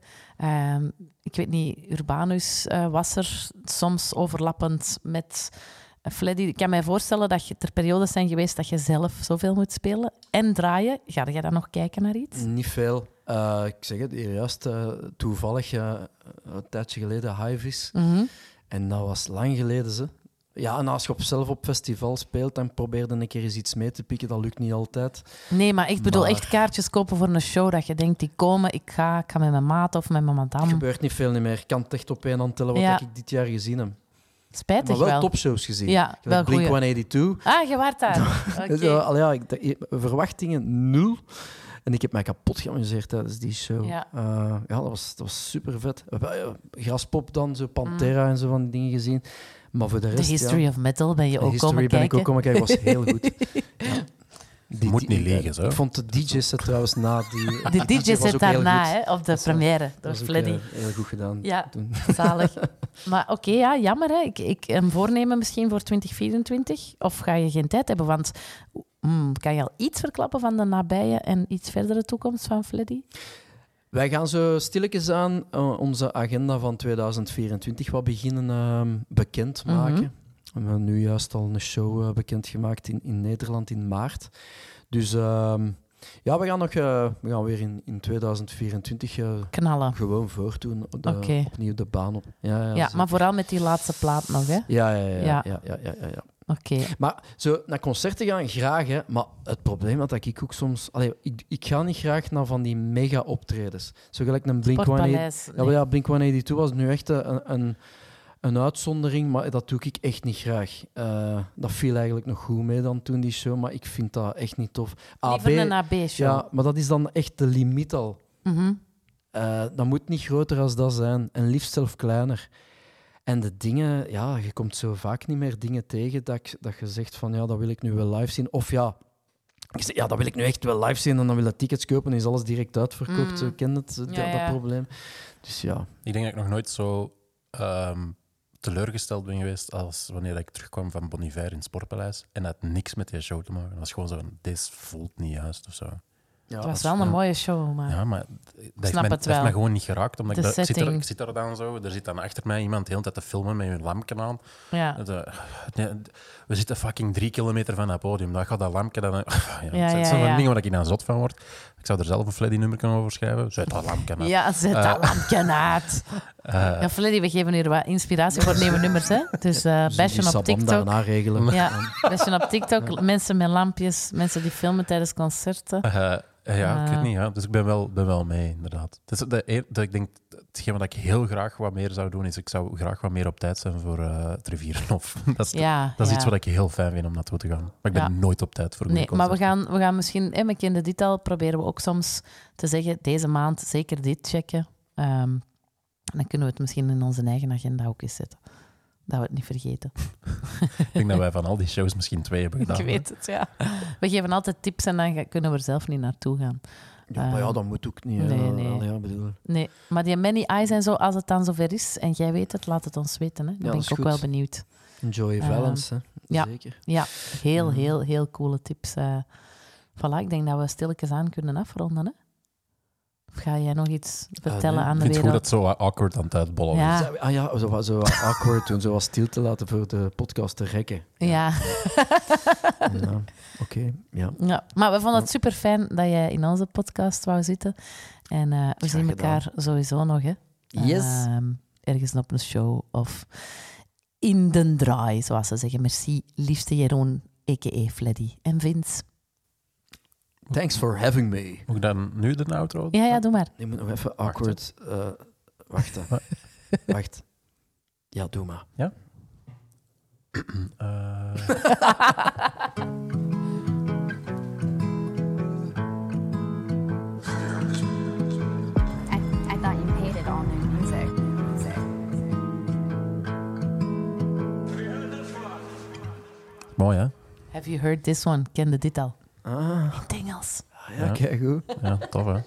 Ik weet niet, Urbanus was er soms overlappend met Freddy. Ik kan mij voorstellen dat er periodes zijn geweest dat je zelf zoveel moet spelen en draaien. Ga jij dan nog kijken naar iets? Niet veel. Ik zeg het hier juist, toevallig een tijdje geleden Hivis. Mhm. En dat was lang geleden, ze. Ja, en als je zelf op festival speelt, dan probeer je een keer eens iets mee te pikken. Dat lukt niet altijd. Nee, maar ik bedoel Maar- echt kaartjes kopen voor een show dat je denkt, die komen, ik ga met mijn maat of met mijn Er madame. gebeurt niet veel niet meer. Ik kan het echt op één hand tellen wat Ja. ik dit jaar gezien heb. Spijtig Maar wel wel. topshows gezien. Ja, wel goeie. Blink-182. Ah, je waart daar. Oké. Verwachtingen nul. En ik heb mij kapot geamuseerd tijdens die show. Ja. Dat was super vet. Graspop dan, zo Pantera en zo van die dingen gezien. Maar voor de The rest, History of Metal ben je de ook History komen ben kijken. ik ook komen kijken. Was heel goed. Ja. Moet niet liegen, zo. Ik vond de DJ-set trouwens na die... De DJ was zit ook heel daarna goed. hè, op de Dat was- première door Dat was ook, Fleddy. heel goed gedaan. Ja. Toen. Zalig. Maar oké, ja, jammer. Hè. Ik een voornemen misschien voor 2024? Of ga je geen tijd hebben? Want kan je al iets verklappen van de nabije en iets verdere toekomst van Fleddy? Wij gaan zo stilletjes aan onze agenda van 2024 wat beginnen bekendmaken. We hebben nu juist al een show bekendgemaakt in Nederland in maart. Dus ja, we gaan weer in 2024 Knallen. gewoon voortdoen. Oké. Opnieuw de baan op. Ja, Ja, zeker. maar vooral met die laatste plaat nog, hè? Ja. Ja. Ja. Oké. Maar zo naar concerten gaan, graag, hè. Maar het probleem dat ik ook soms... Ik ga niet graag naar van die mega-optredens. Zo gelijk een Blink-182. Sportpaleis. Ja, maar ja, Blink-182 was nu echt een uitzondering, maar dat doe ik echt niet graag. Dat viel eigenlijk nog goed mee dan toen, die show, maar ik vind dat echt niet tof. Liever een AB-show. ja, maar dat is dan echt de limiet al. Mhm. Dat moet niet groter als dat zijn, en liefst zelf kleiner. En de dingen, ja, je komt zo vaak niet meer dingen tegen dat je zegt van, ja, dat wil ik nu wel live zien. Of ja, ik zeg, ja, dat wil ik nu echt wel live zien, en dan wil je tickets kopen en is alles direct uitverkocht. Zo ken het, dat Ja. probleem. Dus ja. Ik denk dat ik nog nooit zo teleurgesteld ben geweest als wanneer ik terugkwam van Bon Iver in het Sportpaleis en dat had niks met die show te maken. Dat was gewoon zo van, dit voelt niet juist of zo. Het was wel een mooie show, maar... Ja, maar dat Snap het heeft wel. mij gewoon niet geraakt. Omdat De ik setting. ik zit er dan zo. Er zit dan achter mij iemand de hele tijd te filmen met een lampje aan. Ja. We zitten fucking 3 kilometer van dat podium. Dan gaat dat lampje dan... Ja, dat zijn ja. dingen waar ik dan zot van word. Ik zou er zelf een Fleddy-nummer kunnen over schrijven. Zet dat lampje aan. Ja, zet dat lampje uit. Ja, Fleddy, we geven hier wat inspiratie voor nieuwe nummers. Hè? Dus bashen op Sabam TikTok. daarna regelen. Ja, bashen op TikTok. Mensen met lampjes, mensen die filmen tijdens concerten. Ja, ik weet niet. Ja. Dus ik ben wel mee, inderdaad. Dus ik denk, hetgeen wat ik heel graag wat meer zou doen, is ik zou graag wat meer op tijd zijn voor het Rivierenhof. Dat is iets wat ik heel fijn vind om naartoe te gaan. Maar ik ben nooit op tijd voor een Nee, maar concert. we gaan misschien... we kennen dit al, proberen we ook soms te zeggen, deze maand zeker dit checken. En dan kunnen we het misschien in onze eigen agenda ook eens zetten. Dat we het niet vergeten. Ik denk dat wij van al die shows misschien 2 hebben gedaan. Ik weet het, ja. We geven altijd tips en dan kunnen we er zelf niet naartoe gaan. Ja, maar ja, dat moet ook niet. hè. Nee. Allee, ja, bedoel. Nee, maar die Many Eyes en zo, als het dan zover is en jij weet het, laat het ons weten. Hè. Dan dat ben is ik ook goed. wel benieuwd. Enjoy Valence, hè. ja. Zeker. Ja, heel coole tips. Voilà, ik denk dat we stilletjes aan kunnen afronden. Hè? Of ga jij nog iets vertellen nee. aan Ik de vind het goed wereld? dat het zo awkward aan het uitbollen Ja. is. Ah ja, zo awkward doen, zo wat stil te laten voor de podcast te rekken. Ja. Ja, oké. Ja. Ja, maar we vonden het super fijn dat jij in onze podcast wou zitten. En we zien elkaar sowieso nog, hè? Yes. Ergens op een show of in de draai, zoals ze zeggen. Merci, liefste Jeroen, a.k.a. Fleddy en Vince. Thanks for having me. Moet ik dan nu de outro? Ja, doe maar. Ik moet nog even awkward... wachten. Wacht. Ja, doe maar. Ja? I thought you hated all new music. Mooi, hè? Have you heard this one? Kende dit al? Ah, In het Engels. ja, kijk goed. Ja, tof, hè?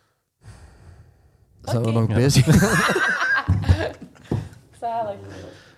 Zijn we nog Ja. bezig? Zalig.